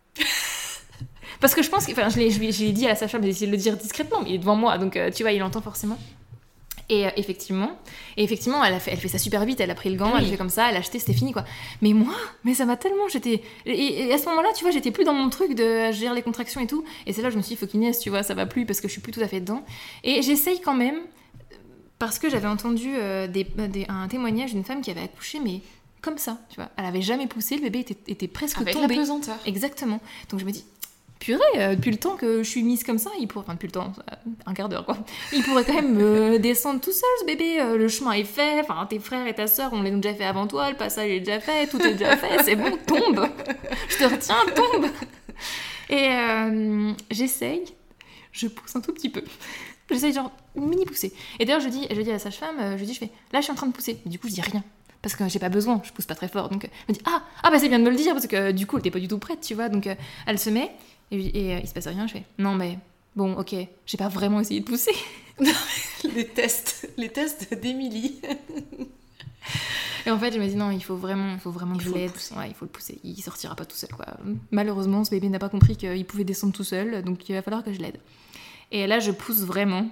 Parce que je pense que, enfin, je l'ai, je lui ai dit à la sage-femme, j'ai essayé de le dire discrètement, mais il est devant moi, donc euh, tu vois, il entend forcément. Et euh, effectivement, et effectivement, elle a fait, elle fait ça super vite. Elle a pris le gant, oui. Elle fait comme ça, elle a acheté, c'était fini quoi. Mais moi, mais ça m'a tellement, j'étais, et, et à ce moment-là, tu vois, j'étais plus dans mon truc de gérer les contractions et tout. Et c'est là, je me suis dit, faut qu'il naisse, tu vois, ça va plus parce que je suis plus tout à fait dedans. Et j'essaye quand même parce que j'avais entendu euh, des, des, un témoignage d'une femme qui avait accouché, mais comme ça, tu vois, elle avait jamais poussé, le bébé était, était presque avec tombé. Avec la pesanteur. Exactement. Donc je me dis. Purée, euh, depuis le temps que je suis mise comme ça, il pourrait, enfin depuis le temps, un quart d'heure quoi, il pourrait quand même euh, descendre tout seul ce bébé, euh, le chemin est fait, enfin tes frères et ta sœur on l'a déjà fait avant toi, le passage est déjà fait, tout est déjà fait, c'est bon, tombe, je te retiens, tombe. Et euh, j'essaye, je pousse un tout petit peu. J'essaye genre mini pousser. Et d'ailleurs je dis, je dis à la sage-femme, euh, je dis je fais là je suis en train de pousser. Et du coup je dis rien parce que j'ai pas besoin, je pousse pas très fort. Donc elle me dit ah ah bah c'est bien de me le dire parce que euh, du coup elle était pas du tout prête, tu vois. Donc euh, elle se met et, et euh, il se passe rien. Je fais non mais bon ok, j'ai pas vraiment essayé de pousser. les tests, les tests d'Émilie. Et en fait je me dis non il faut vraiment, il faut vraiment que il je faut l'aide. le Ouais, il faut le pousser. Il sortira pas tout seul quoi. Malheureusement ce bébé n'a pas compris qu'il pouvait descendre tout seul, donc il va falloir que je l'aide. Et là je pousse vraiment.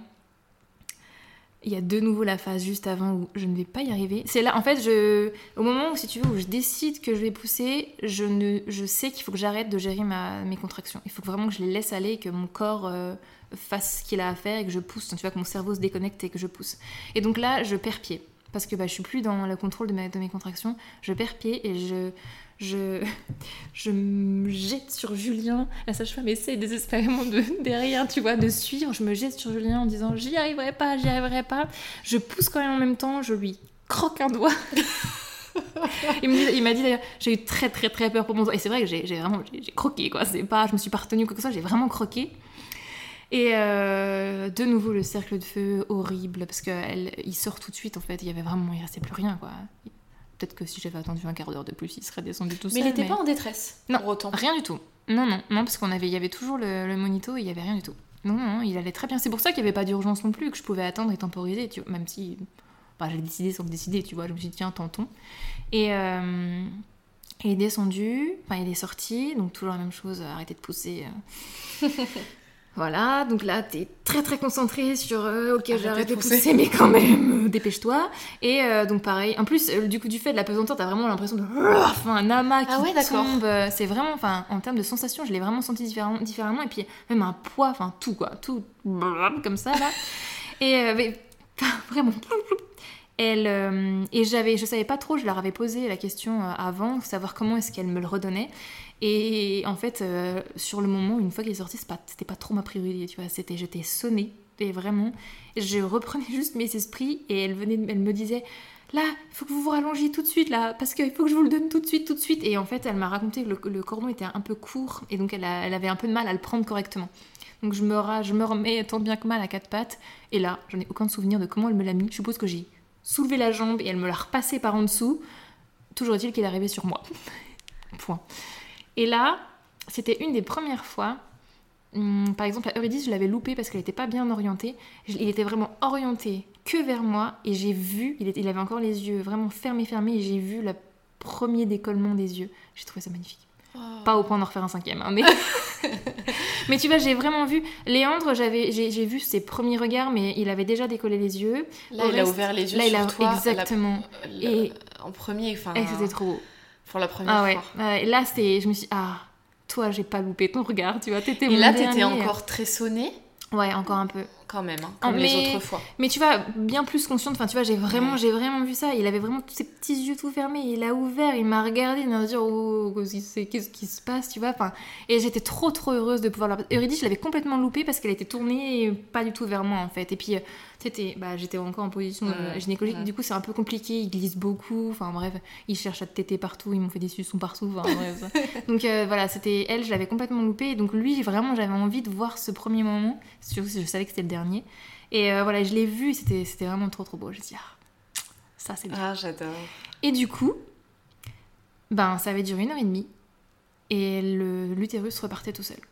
Il y a de nouveau la phase juste avant où je ne vais pas y arriver. C'est là, en fait, je, au moment où, si tu veux, où je décide que je vais pousser, je, ne, je sais qu'il faut que j'arrête de gérer ma, mes contractions. Il faut vraiment que je les laisse aller, que mon corps euh, fasse ce qu'il a à faire et que je pousse. Tu vois, que mon cerveau se déconnecte et que je pousse. Et donc là, je perds pied. Parce que bah, je suis plus dans le contrôle de, ma, de mes contractions. Je perds pied et je... Je, je me jette sur Julien. La sage-femme essaie désespérément de, derrière, tu vois, de suivre. Je me jette sur Julien en disant j'y arriverai pas, j'y arriverai pas. Je pousse quand même en même temps, je lui croque un doigt. il, me dit, il m'a dit d'ailleurs, j'ai eu très très très peur pour mon doigt. Et c'est vrai que j'ai, j'ai vraiment j'ai, j'ai croqué, quoi. C'est pas, je me suis pas retenue quoi que ce soit, j'ai vraiment croqué. Et euh, de nouveau le cercle de feu horrible parce qu'il sort tout de suite en fait. Il y avait vraiment, il restait plus rien, quoi. Peut-être que si j'avais attendu un quart d'heure de plus, il serait descendu tout mais seul. Il était mais il n'était pas en détresse non, pour autant. Rien du tout. Non, non, non, parce qu'on avait, il y avait toujours le, le monito et il y avait rien du tout. Non, non, il allait très bien. C'est pour ça qu'il n'y avait pas d'urgence non plus, que je pouvais attendre et temporiser, tu vois, même si bah, j'ai décidé sans le décider, tu vois. Je me suis dit tiens, tentons. Et euh, il est descendu, enfin il est sorti, donc toujours la même chose, arrêter de pousser. Euh... Voilà, donc là, t'es très très concentré sur euh, ok, j'arrête de pousser. pousser, mais quand même, euh, dépêche-toi. Et euh, donc pareil, en plus, euh, du coup, du fait de la pesanteur, t'as vraiment l'impression de. Enfin, un amas qui ah ouais, tombe. Euh, c'est vraiment, enfin, en termes de sensation, je l'ai vraiment senti différemment, différemment. Et puis, même un poids, enfin, tout quoi, tout comme ça là. Et euh, mais, vraiment. Elle, euh, et j'avais, je savais pas trop, je leur avais posé la question euh, avant, savoir comment est-ce qu'elle me le redonnait. Et en fait, euh, sur le moment, une fois qu'elle est sortie, c'est pas, c'était pas trop ma priorité, tu vois. C'était, j'étais sonnée, et vraiment, je reprenais juste mes esprits, et elle venait, elle me disait, là, il faut que vous vous rallongiez tout de suite, là, parce qu'il faut que je vous le donne tout de suite, tout de suite. Et en fait, elle m'a raconté que le, le cordon était un peu court, et donc elle, a, elle avait un peu de mal à le prendre correctement. Donc je me, ra, je me remets tant bien que mal à quatre pattes, et là, j'en ai aucun souvenir de comment elle me l'a mis. Je suppose que j'ai soulevé la jambe, et elle me l'a repassé par en dessous. Toujours est-il qu'il est arrivé sur moi. Point. Et là, c'était une des premières fois, hum, par exemple, à Eurydice, je l'avais loupé parce qu'elle n'était pas bien orientée. Il était vraiment orienté que vers moi et j'ai vu, il, était, il avait encore les yeux vraiment fermés, fermés et j'ai vu le premier décollement des yeux. J'ai trouvé ça magnifique. Oh. Pas au point d'en refaire un cinquième, hein, mais... mais tu vois, j'ai vraiment vu... Léandre, j'avais, j'ai, j'ai vu ses premiers regards, mais il avait déjà décollé les yeux. Là, Au il reste, a ouvert les yeux là, sur il a... toi. Exactement. La, la, et... En premier, enfin... Et c'était trop beau. Pour la première ah ouais. fois. Ouais, là, c'était, je me suis dit, ah, toi, j'ai pas loupé ton regard, tu vois, t'étais Et mon là, dernier. t'étais encore très sonnée. Ouais, encore un peu. Quand même, hein, comme mais, les autres fois. Mais tu vois, bien plus consciente, enfin tu vois, j'ai vraiment, ouais. j'ai vraiment vu ça. Il avait vraiment tous ses petits yeux tout fermés, il a ouvert, il m'a regardé, il m'a dit oh, qu'est-ce qui se passe, tu vois. Enfin, et j'étais trop trop heureuse de pouvoir. Eurydice, je l'avais complètement loupée parce qu'elle était tournée pas du tout vers moi en fait. Et puis c'était, bah, j'étais encore en position mmh, gynécologique, mmh. Du coup c'est un peu compliqué, il glisse beaucoup. Enfin bref, il cherche à te téter partout, ils m'ont fait des suçons partout. Enfin bref. Donc euh, voilà, c'était elle, je l'avais complètement loupée. Donc lui, vraiment, j'avais envie de voir ce premier moment. Surtout si je savais que c'était le dernier. Et euh, voilà, je l'ai vu, c'était, c'était vraiment trop trop beau. Je me suis dit, ah, ça c'est bien. Ah, j'adore. Et du coup, ben, ça avait duré une heure et demie. Et le, l'utérus repartait tout seul.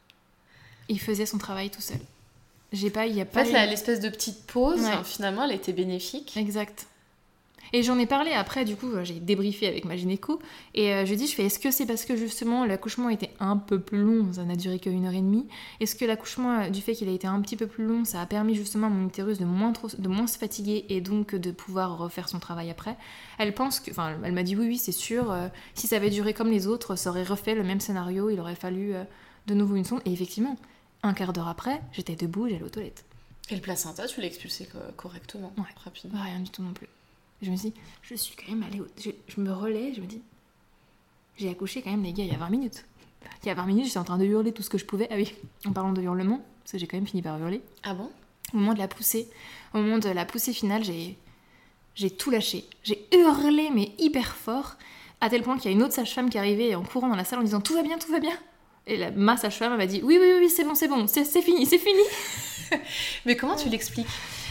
Il faisait son travail tout seul. J'ai pas, il y a pas... En fait, là, l'espèce de petite pause, ouais. Finalement, elle était bénéfique. Exact. Et j'en ai parlé après, du coup, j'ai débriefé avec ma gynéco. Et euh, je dis, je fais, est-ce que c'est parce que justement l'accouchement était un peu plus long, ça n'a duré qu'une heure et demie. Est-ce que l'accouchement, du fait qu'il a été un petit peu plus long, ça a permis justement à mon utérus de moins, trop, de moins se fatiguer et donc de pouvoir refaire son travail après. Elle pense que, enfin, elle m'a dit oui, oui, c'est sûr. Euh, si ça avait duré comme les autres, ça aurait refait le même scénario. Il aurait fallu euh, de nouveau une sonde. Et effectivement, un quart d'heure après, j'étais debout, j'allais aux toilettes. Et le placenta, tu l'as expulsé correctement, ouais. Rapidement. Rien du tout non plus. Je me dis, je suis quand même allée... Au... Je, je me relais, je me dis, j'ai accouché quand même, les gars, il y a vingt minutes. Il y a vingt minutes, j'étais en train de hurler tout ce que je pouvais. Ah oui, en parlant de hurlement, parce que j'ai quand même fini par hurler. Ah bon ? Au moment de la poussée, au moment de la poussée finale, j'ai, j'ai tout lâché. J'ai hurlé, mais hyper fort, à tel point qu'il y a une autre sage-femme qui arrivait en courant dans la salle en disant « Tout va bien, tout va bien !» Et la, ma sage-femme m'a dit, oui, oui, oui, c'est bon, c'est bon, c'est, c'est fini, c'est fini. Mais comment tu l'expliques ?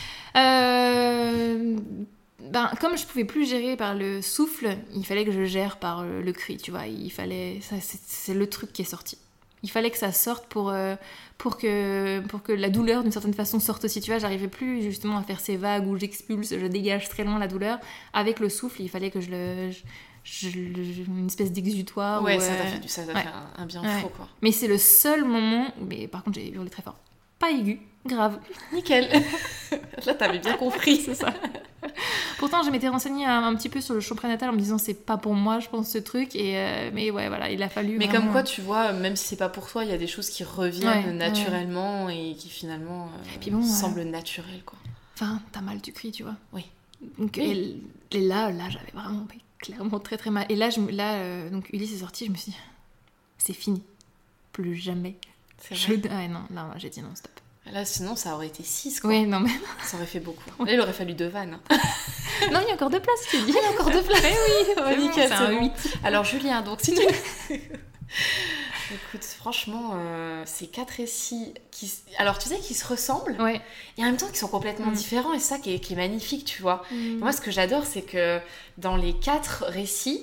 euh, ben, Comme je pouvais plus gérer par le souffle, il fallait que je gère par le, le cri, tu vois. Il fallait, ça, c'est, c'est le truc qui est sorti. Il fallait que ça sorte pour, euh, pour, que, pour que la douleur, d'une certaine façon, sorte aussi. Tu vois, j'arrivais plus justement à faire ces vagues où j'expulse, je dégage très loin la douleur. Avec le souffle, il fallait que je le... Je, je, une espèce d'exutoire. Ouais, où, ça t'a euh... fait, du, ça t'a ouais. fait un, un bien ouais. fou, quoi. Mais c'est le seul moment où... Mais par contre, j'ai hurlé très fort. Pas aigu, grave. Nickel. Là, t'avais bien compris. C'est ça. Pourtant, je m'étais renseignée un, un petit peu sur le chant prénatal en me disant c'est pas pour moi, je pense, ce truc. Et euh, mais ouais, voilà, il a fallu. Mais vraiment... comme quoi, tu vois, même si c'est pas pour toi, il y a des choses qui reviennent ouais, naturellement ouais. et qui finalement euh, et puis bon, semblent euh... naturelles, quoi. Enfin, t'as mal, tu cries, tu vois. Oui. Donc, oui. Et, et là, là, j'avais vraiment clairement très très mal. Et là, je, là euh, donc Ulysse est sorti, je me suis dit c'est fini, plus jamais. C'est je... vrai. Ah, non, là, j'ai dit non, stop. Là, sinon, ça aurait été six, quoi. Oui, non, mais... Ça aurait fait beaucoup. Ouais. Là, il aurait fallu deux vannes. Non, il y a encore deux places, tu dis. Il y a encore deux places. Eh oui, ouais, c'est nickel, bon, c'est c'est bon. un huit. Alors, Julien, donc, si tu... Écoute, franchement, euh, ces quatre récits qui... Alors, tu sais, qui se ressemblent, ouais. et en même temps, qui sont complètement mm. différents, et c'est ça qui est, qui est magnifique, tu vois. Mm. Moi, ce que j'adore, c'est que dans les quatre récits,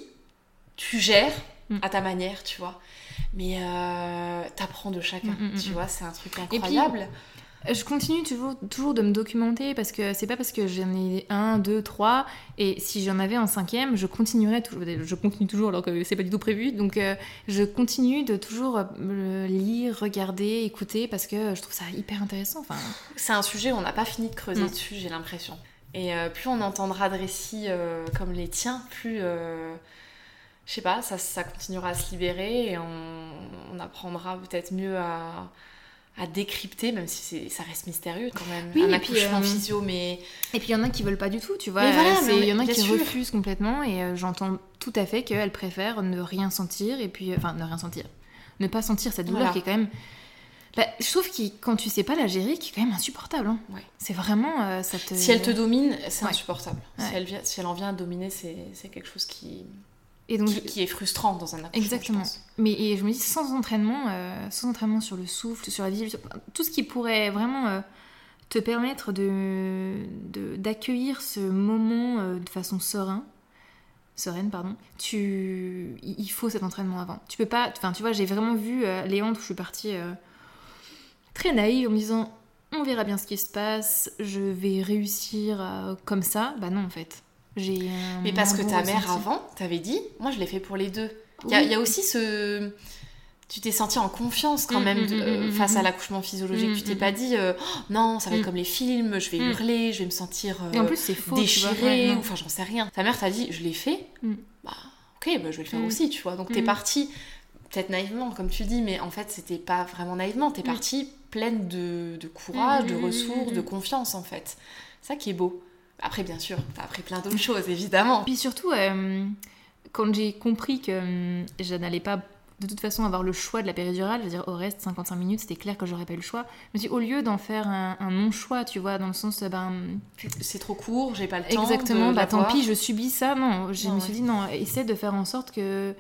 tu gères mm. à ta manière, tu vois. Mais euh, t'apprends de chacun, mm, tu mm, vois, c'est un truc incroyable. Et puis, je continue toujours, toujours de me documenter parce que c'est pas parce que j'en ai un, deux, trois, et si j'en avais un cinquième, je continuerais toujours. Je continue toujours alors que c'est pas du tout prévu, donc euh, je continue de toujours euh, lire, regarder, écouter parce que je trouve ça hyper intéressant. Enfin... C'est un sujet où on n'a pas fini de creuser mm. dessus, j'ai l'impression. Et euh, plus on entendra de récits euh, comme les tiens, plus. Euh... Je sais pas, ça, ça continuera à se libérer et on, on apprendra peut-être mieux à, à décrypter, même si c'est, ça reste mystérieux quand même. Oui, un et accouchement puis, euh... physio, mais... Et puis il y en a qui veulent pas du tout, tu vois. Mais voilà, c'est... mais il y en a qui sûr. refusent complètement et euh, j'entends tout à fait qu'elles préfèrent ne rien sentir et puis... Enfin, ne rien sentir. Ne pas sentir cette douleur voilà. qui est quand même... Bah, je trouve que quand tu sais pas la gérer, qui est quand même insupportable. Hein. Ouais. C'est vraiment... Euh, ça te... Si elle te domine, c'est ouais. insupportable. Ouais. Si, elle vient, si elle en vient à dominer, c'est, c'est quelque chose qui... Et donc, qui, qui est frustrant dans un accouchement. Exactement. Je pense. Mais et je me dis, sans entraînement, euh, sans entraînement sur le souffle, sur la vie, tout ce qui pourrait vraiment euh, te permettre de, de, d'accueillir ce moment euh, de façon sereine, sereine, pardon, tu, il faut cet entraînement avant. Tu peux pas, enfin, tu vois, j'ai vraiment vu euh, Léandre où je suis partie euh, très naïve en me disant, on verra bien ce qui se passe, je vais réussir à, comme ça. Bah non, en fait. J'ai un mais parce que ta ressenti. mère avant t'avais dit, moi je l'ai fait pour les deux. Il oui. y, y a aussi ce, tu t'es sentie en confiance quand mmh, même de, euh, mmh, face mmh. à l'accouchement physiologique. Mmh, tu t'es mmh. pas dit euh, oh, non ça va mmh. être comme les films, je vais mmh. hurler, je vais me sentir euh, et en plus, c'est faux, déchirée, ouais, enfin j'en sais rien. Ta mère t'a dit je l'ai fait, mmh. bah ok bah, je vais le faire mmh. aussi, tu vois. Donc mmh. t'es partie peut-être naïvement comme tu dis, mais en fait c'était pas vraiment naïvement. T'es mmh. partie pleine de, de courage, mmh. de ressources, mmh. de confiance en fait. C'est ça qui est beau. Après, bien sûr, t'as appris plein d'autres choses, évidemment. Et puis surtout, euh, quand j'ai compris que euh, je n'allais pas de toute façon avoir le choix de la péridurale, je veux dire, au reste, cinquante-cinq minutes, c'était clair que j'aurais pas eu le choix. Je me suis dit, au lieu d'en faire un, un non-choix, tu vois, dans le sens, ben... c'est trop court, j'ai pas le temps exactement, de bah l'avoir. Tant pis, je subis ça. Non, je non, me ouais. suis dit, non, essaie de faire en sorte que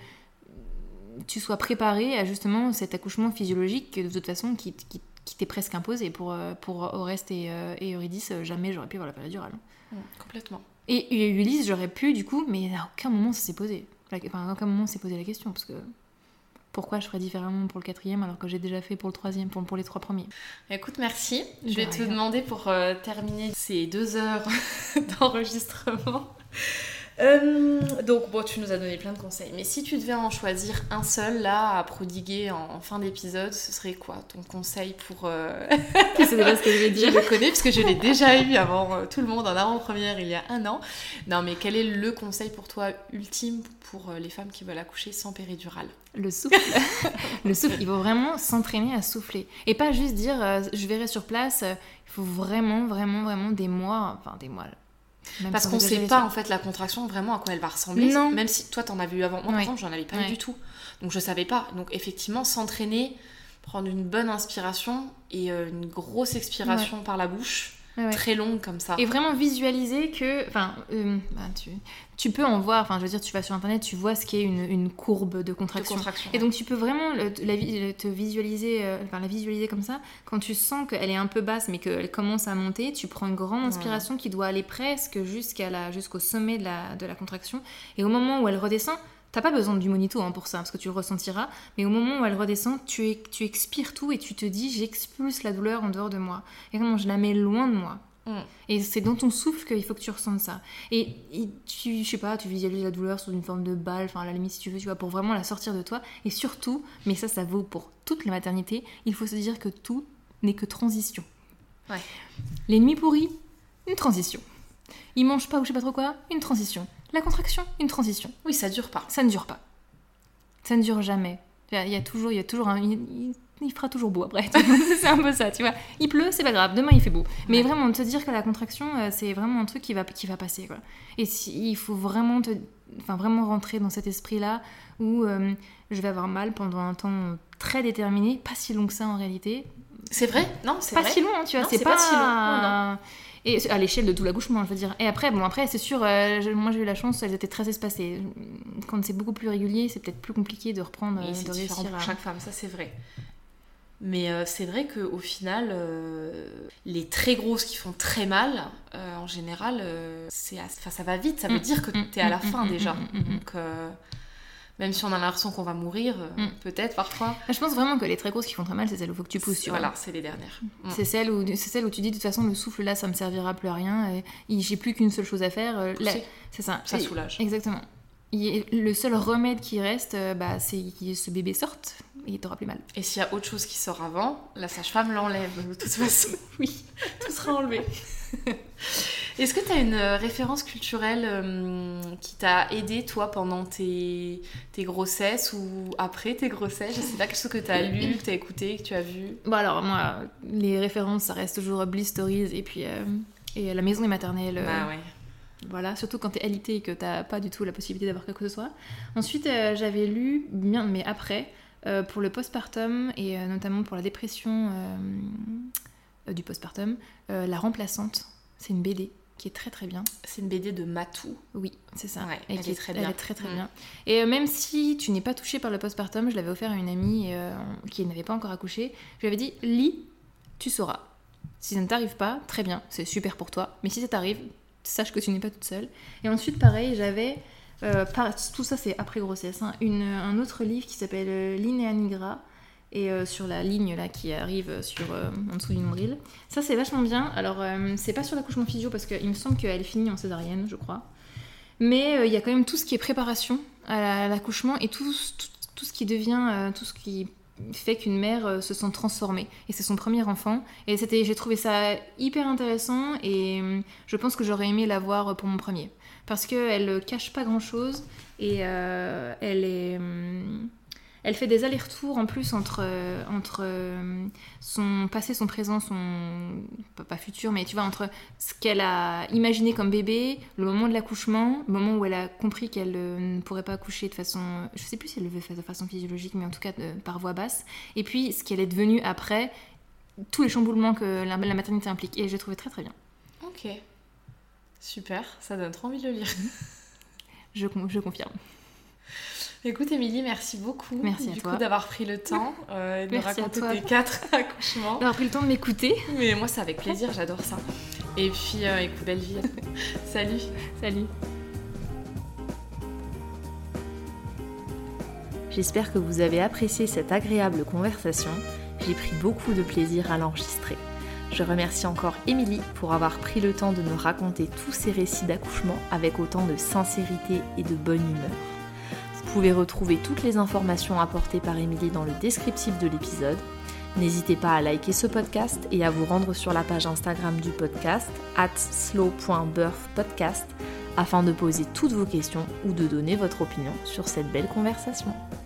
tu sois préparée à justement cet accouchement physiologique, de toute façon, qui, qui, qui t'est presque imposé. Pour, pour Oreste et, et Eurydice, jamais j'aurais pu avoir la péridurale. Mmh, complètement. Et Ulysse, j'aurais pu du coup, mais à aucun moment ça s'est posé. Enfin, à aucun moment s'est posé la question, parce que pourquoi je ferais différemment pour le quatrième alors que j'ai déjà fait pour le troisième, pour, pour les trois premiers. Écoute, merci. Je de vais rien. te demander pour euh, terminer ces deux heures d'enregistrement. Euh, donc bon, tu nous as donné plein de conseils, mais si tu devais en choisir un seul là à prodiguer en, en fin d'épisode, ce serait quoi ton conseil pour euh... C'est déjà ce que je vais dire. Je le connais parce que je l'ai déjà eu avant euh, tout le monde en avant-première il y a un an. Non, mais quel est le conseil pour toi ultime pour euh, les femmes qui veulent accoucher sans péridurale? Le souffle. Le souffle, il faut vraiment s'entraîner à souffler et pas juste dire euh, je verrai sur place. Euh, il faut vraiment, vraiment, vraiment des mois, enfin des mois. Même parce qu'on sait pas en fait la contraction vraiment à quoi elle va ressembler. Non. Même si toi t'en avais eu avant. Moi par ouais. exemple j'en avais pas ouais. eu du tout. Donc je savais pas. Donc effectivement s'entraîner, prendre une bonne inspiration et euh, une grosse expiration ouais. par la bouche. ouais, ouais. très longue comme ça. Et vraiment visualiser que, enfin, euh, bah, tu, tu peux en voir, enfin, je veux dire, tu vas sur internet, tu vois ce qu'est une, une courbe de contraction. De contraction et ouais. donc tu peux vraiment le, la, te visualiser, euh, enfin, la visualiser comme ça. Quand tu sens qu'elle est un peu basse, mais qu'elle commence à monter, tu prends une grande inspiration ouais. qui doit aller presque jusqu'à la, jusqu'au sommet de la, de la contraction. Et au moment où elle redescend, t'as pas besoin du monito hein, pour ça, parce que tu le ressentiras, mais au moment où elle redescend, tu, tu expires tout et tu te dis, j'expulse la douleur en dehors de moi. Et vraiment, je la mets loin de moi. Mm. Et c'est dans ton souffle qu'il faut que tu ressentes ça. Et, et tu, je sais pas, tu visualises la douleur sous une forme de balle, enfin à la limite si tu veux, tu vois, pour vraiment la sortir de toi. Et surtout, mais ça, ça vaut pour toute la maternité, il faut se dire que tout n'est que transition. Ouais. Les nuits pourries, une transition. Ils mangent pas ou je sais pas trop quoi, une transition. La contraction, une transition. Oui, ça dure pas. Ça ne dure pas. Ça ne dure jamais. Il y a toujours, il y a toujours un... Il, il fera toujours beau après. C'est un peu ça, tu vois. Il pleut, c'est pas grave. Demain, il fait beau. Mais ouais. vraiment, de te dire que la contraction, c'est vraiment un truc qui va, qui va passer, quoi. Et si, il faut vraiment, te, enfin, vraiment rentrer dans cet esprit-là où euh, je vais avoir mal pendant un temps très déterminé, pas si long que ça en réalité. C'est vrai ? Non, c'est pas vrai. Pas si long, hein, tu vois. Non, c'est, c'est pas, pas si long. Non, non. Et à l'échelle de tout l'accouchement, je veux dire. Et après, bon, après, c'est sûr, euh, je, moi j'ai eu la chance, elles étaient très espacées. Quand c'est beaucoup plus régulier, c'est peut-être plus compliqué de reprendre, oui, de c'est réussir différent pour à... chaque femme, ça c'est vrai. Mais euh, c'est vrai qu'au final, euh, les très grosses qui font très mal, euh, en général, euh, c'est à... enfin, ça va vite, ça veut dire que t'es à la fin déjà. Donc... Euh... Même si on a l'impression qu'on va mourir, euh, mm. peut-être parfois. Je pense vraiment que les très grosses qui font très mal, c'est celles où il faut que tu pousses. Tu voilà, vois. c'est les dernières. Mm. C'est, celles où, c'est celles où tu dis, de toute façon, le souffle là, ça me servira plus à rien. Et, et j'ai plus qu'une seule chose à faire. Euh, là, c'est ça. Ça et, soulage. Exactement. Et le seul remède qui reste, euh, bah, c'est que ce bébé sorte et t'auras plus mal. Et s'il y a autre chose qui sort avant, la sage-femme l'enlève. De toute façon, oui, tout sera enlevé. Est-ce que tu as une référence culturelle euh, qui t'a aidé, toi, pendant tes, tes grossesses ou après tes grossesses ? Je sais pas, quelque chose que tu as lu, que tu as écouté, que tu as vu ? Bon, alors, moi, les références, ça reste toujours Bliss Stories et puis euh, et la maison des maternelles. Euh, bah ouais. Voilà, surtout quand t'es alité et que t'as pas du tout la possibilité d'avoir quoi que ce soit. Ensuite, euh, j'avais lu, bien, mais après, euh, pour le postpartum et euh, notamment pour la dépression euh, euh, du postpartum, euh, La Remplaçante. C'est une B D qui est très très bien. C'est une B D de Matou. Oui, c'est ça. Ouais, et elle qui est très bien. Elle est très très mmh. bien. Et euh, même si tu n'es pas touchée par le postpartum, je l'avais offert à une amie euh, qui n'avait pas encore accouché. Je lui avais dit, lis, tu sauras. Si ça ne t'arrive pas, très bien, c'est super pour toi. Mais si ça t'arrive, sache que tu n'es pas toute seule. Et ensuite, pareil, j'avais... Euh, par... Tout ça, c'est après grossesse. Hein, une, un autre livre qui s'appelle euh, Linea Nigra. Et euh, sur la ligne là qui arrive sur, euh, en dessous du nombril. Ça, c'est vachement bien. Alors, euh, c'est pas sur l'accouchement physio parce qu'il me semble qu'elle finit en césarienne, je crois. Mais il euh, y a quand même tout ce qui est préparation à l'accouchement et tout, tout, tout ce qui devient... Euh, tout ce qui fait qu'une mère euh, se sent transformée. Et c'est son premier enfant. Et c'était, j'ai trouvé ça hyper intéressant et euh, je pense que j'aurais aimé l'avoir pour mon premier. Parce qu'elle ne cache pas grand-chose et euh, elle est... Euh, Elle fait des allers-retours en plus entre, euh, entre euh, son passé, son présent, son... Pas, pas futur, mais tu vois, entre ce qu'elle a imaginé comme bébé, le moment de l'accouchement, le moment où elle a compris qu'elle euh, ne pourrait pas accoucher de façon... Je sais plus si elle le veut faire de façon physiologique, mais en tout cas de, par voie basse. Et puis, ce qu'elle est devenue après, tous les chamboulements que la, la maternité implique. Et j'ai trouvé très très bien. Ok. Super, ça donne trop envie de le lire. je, je confirme. Écoute Émilie, merci beaucoup merci du à toi. coup d'avoir pris le temps euh, de merci raconter tes quatre accouchements. D'avoir pris le temps de m'écouter. Mais moi c'est avec plaisir, j'adore ça. Et puis euh, écoute, belle vie. Salut. Salut. J'espère que vous avez apprécié cette agréable conversation. J'ai pris beaucoup de plaisir à l'enregistrer. Je remercie encore Émilie pour avoir pris le temps de me raconter tous ces récits d'accouchement avec autant de sincérité et de bonne humeur. Vous pouvez retrouver toutes les informations apportées par Émilie dans le descriptif de l'épisode. N'hésitez pas à liker ce podcast et à vous rendre sur la page Instagram du podcast arobase slow point birth podcast afin de poser toutes vos questions ou de donner votre opinion sur cette belle conversation.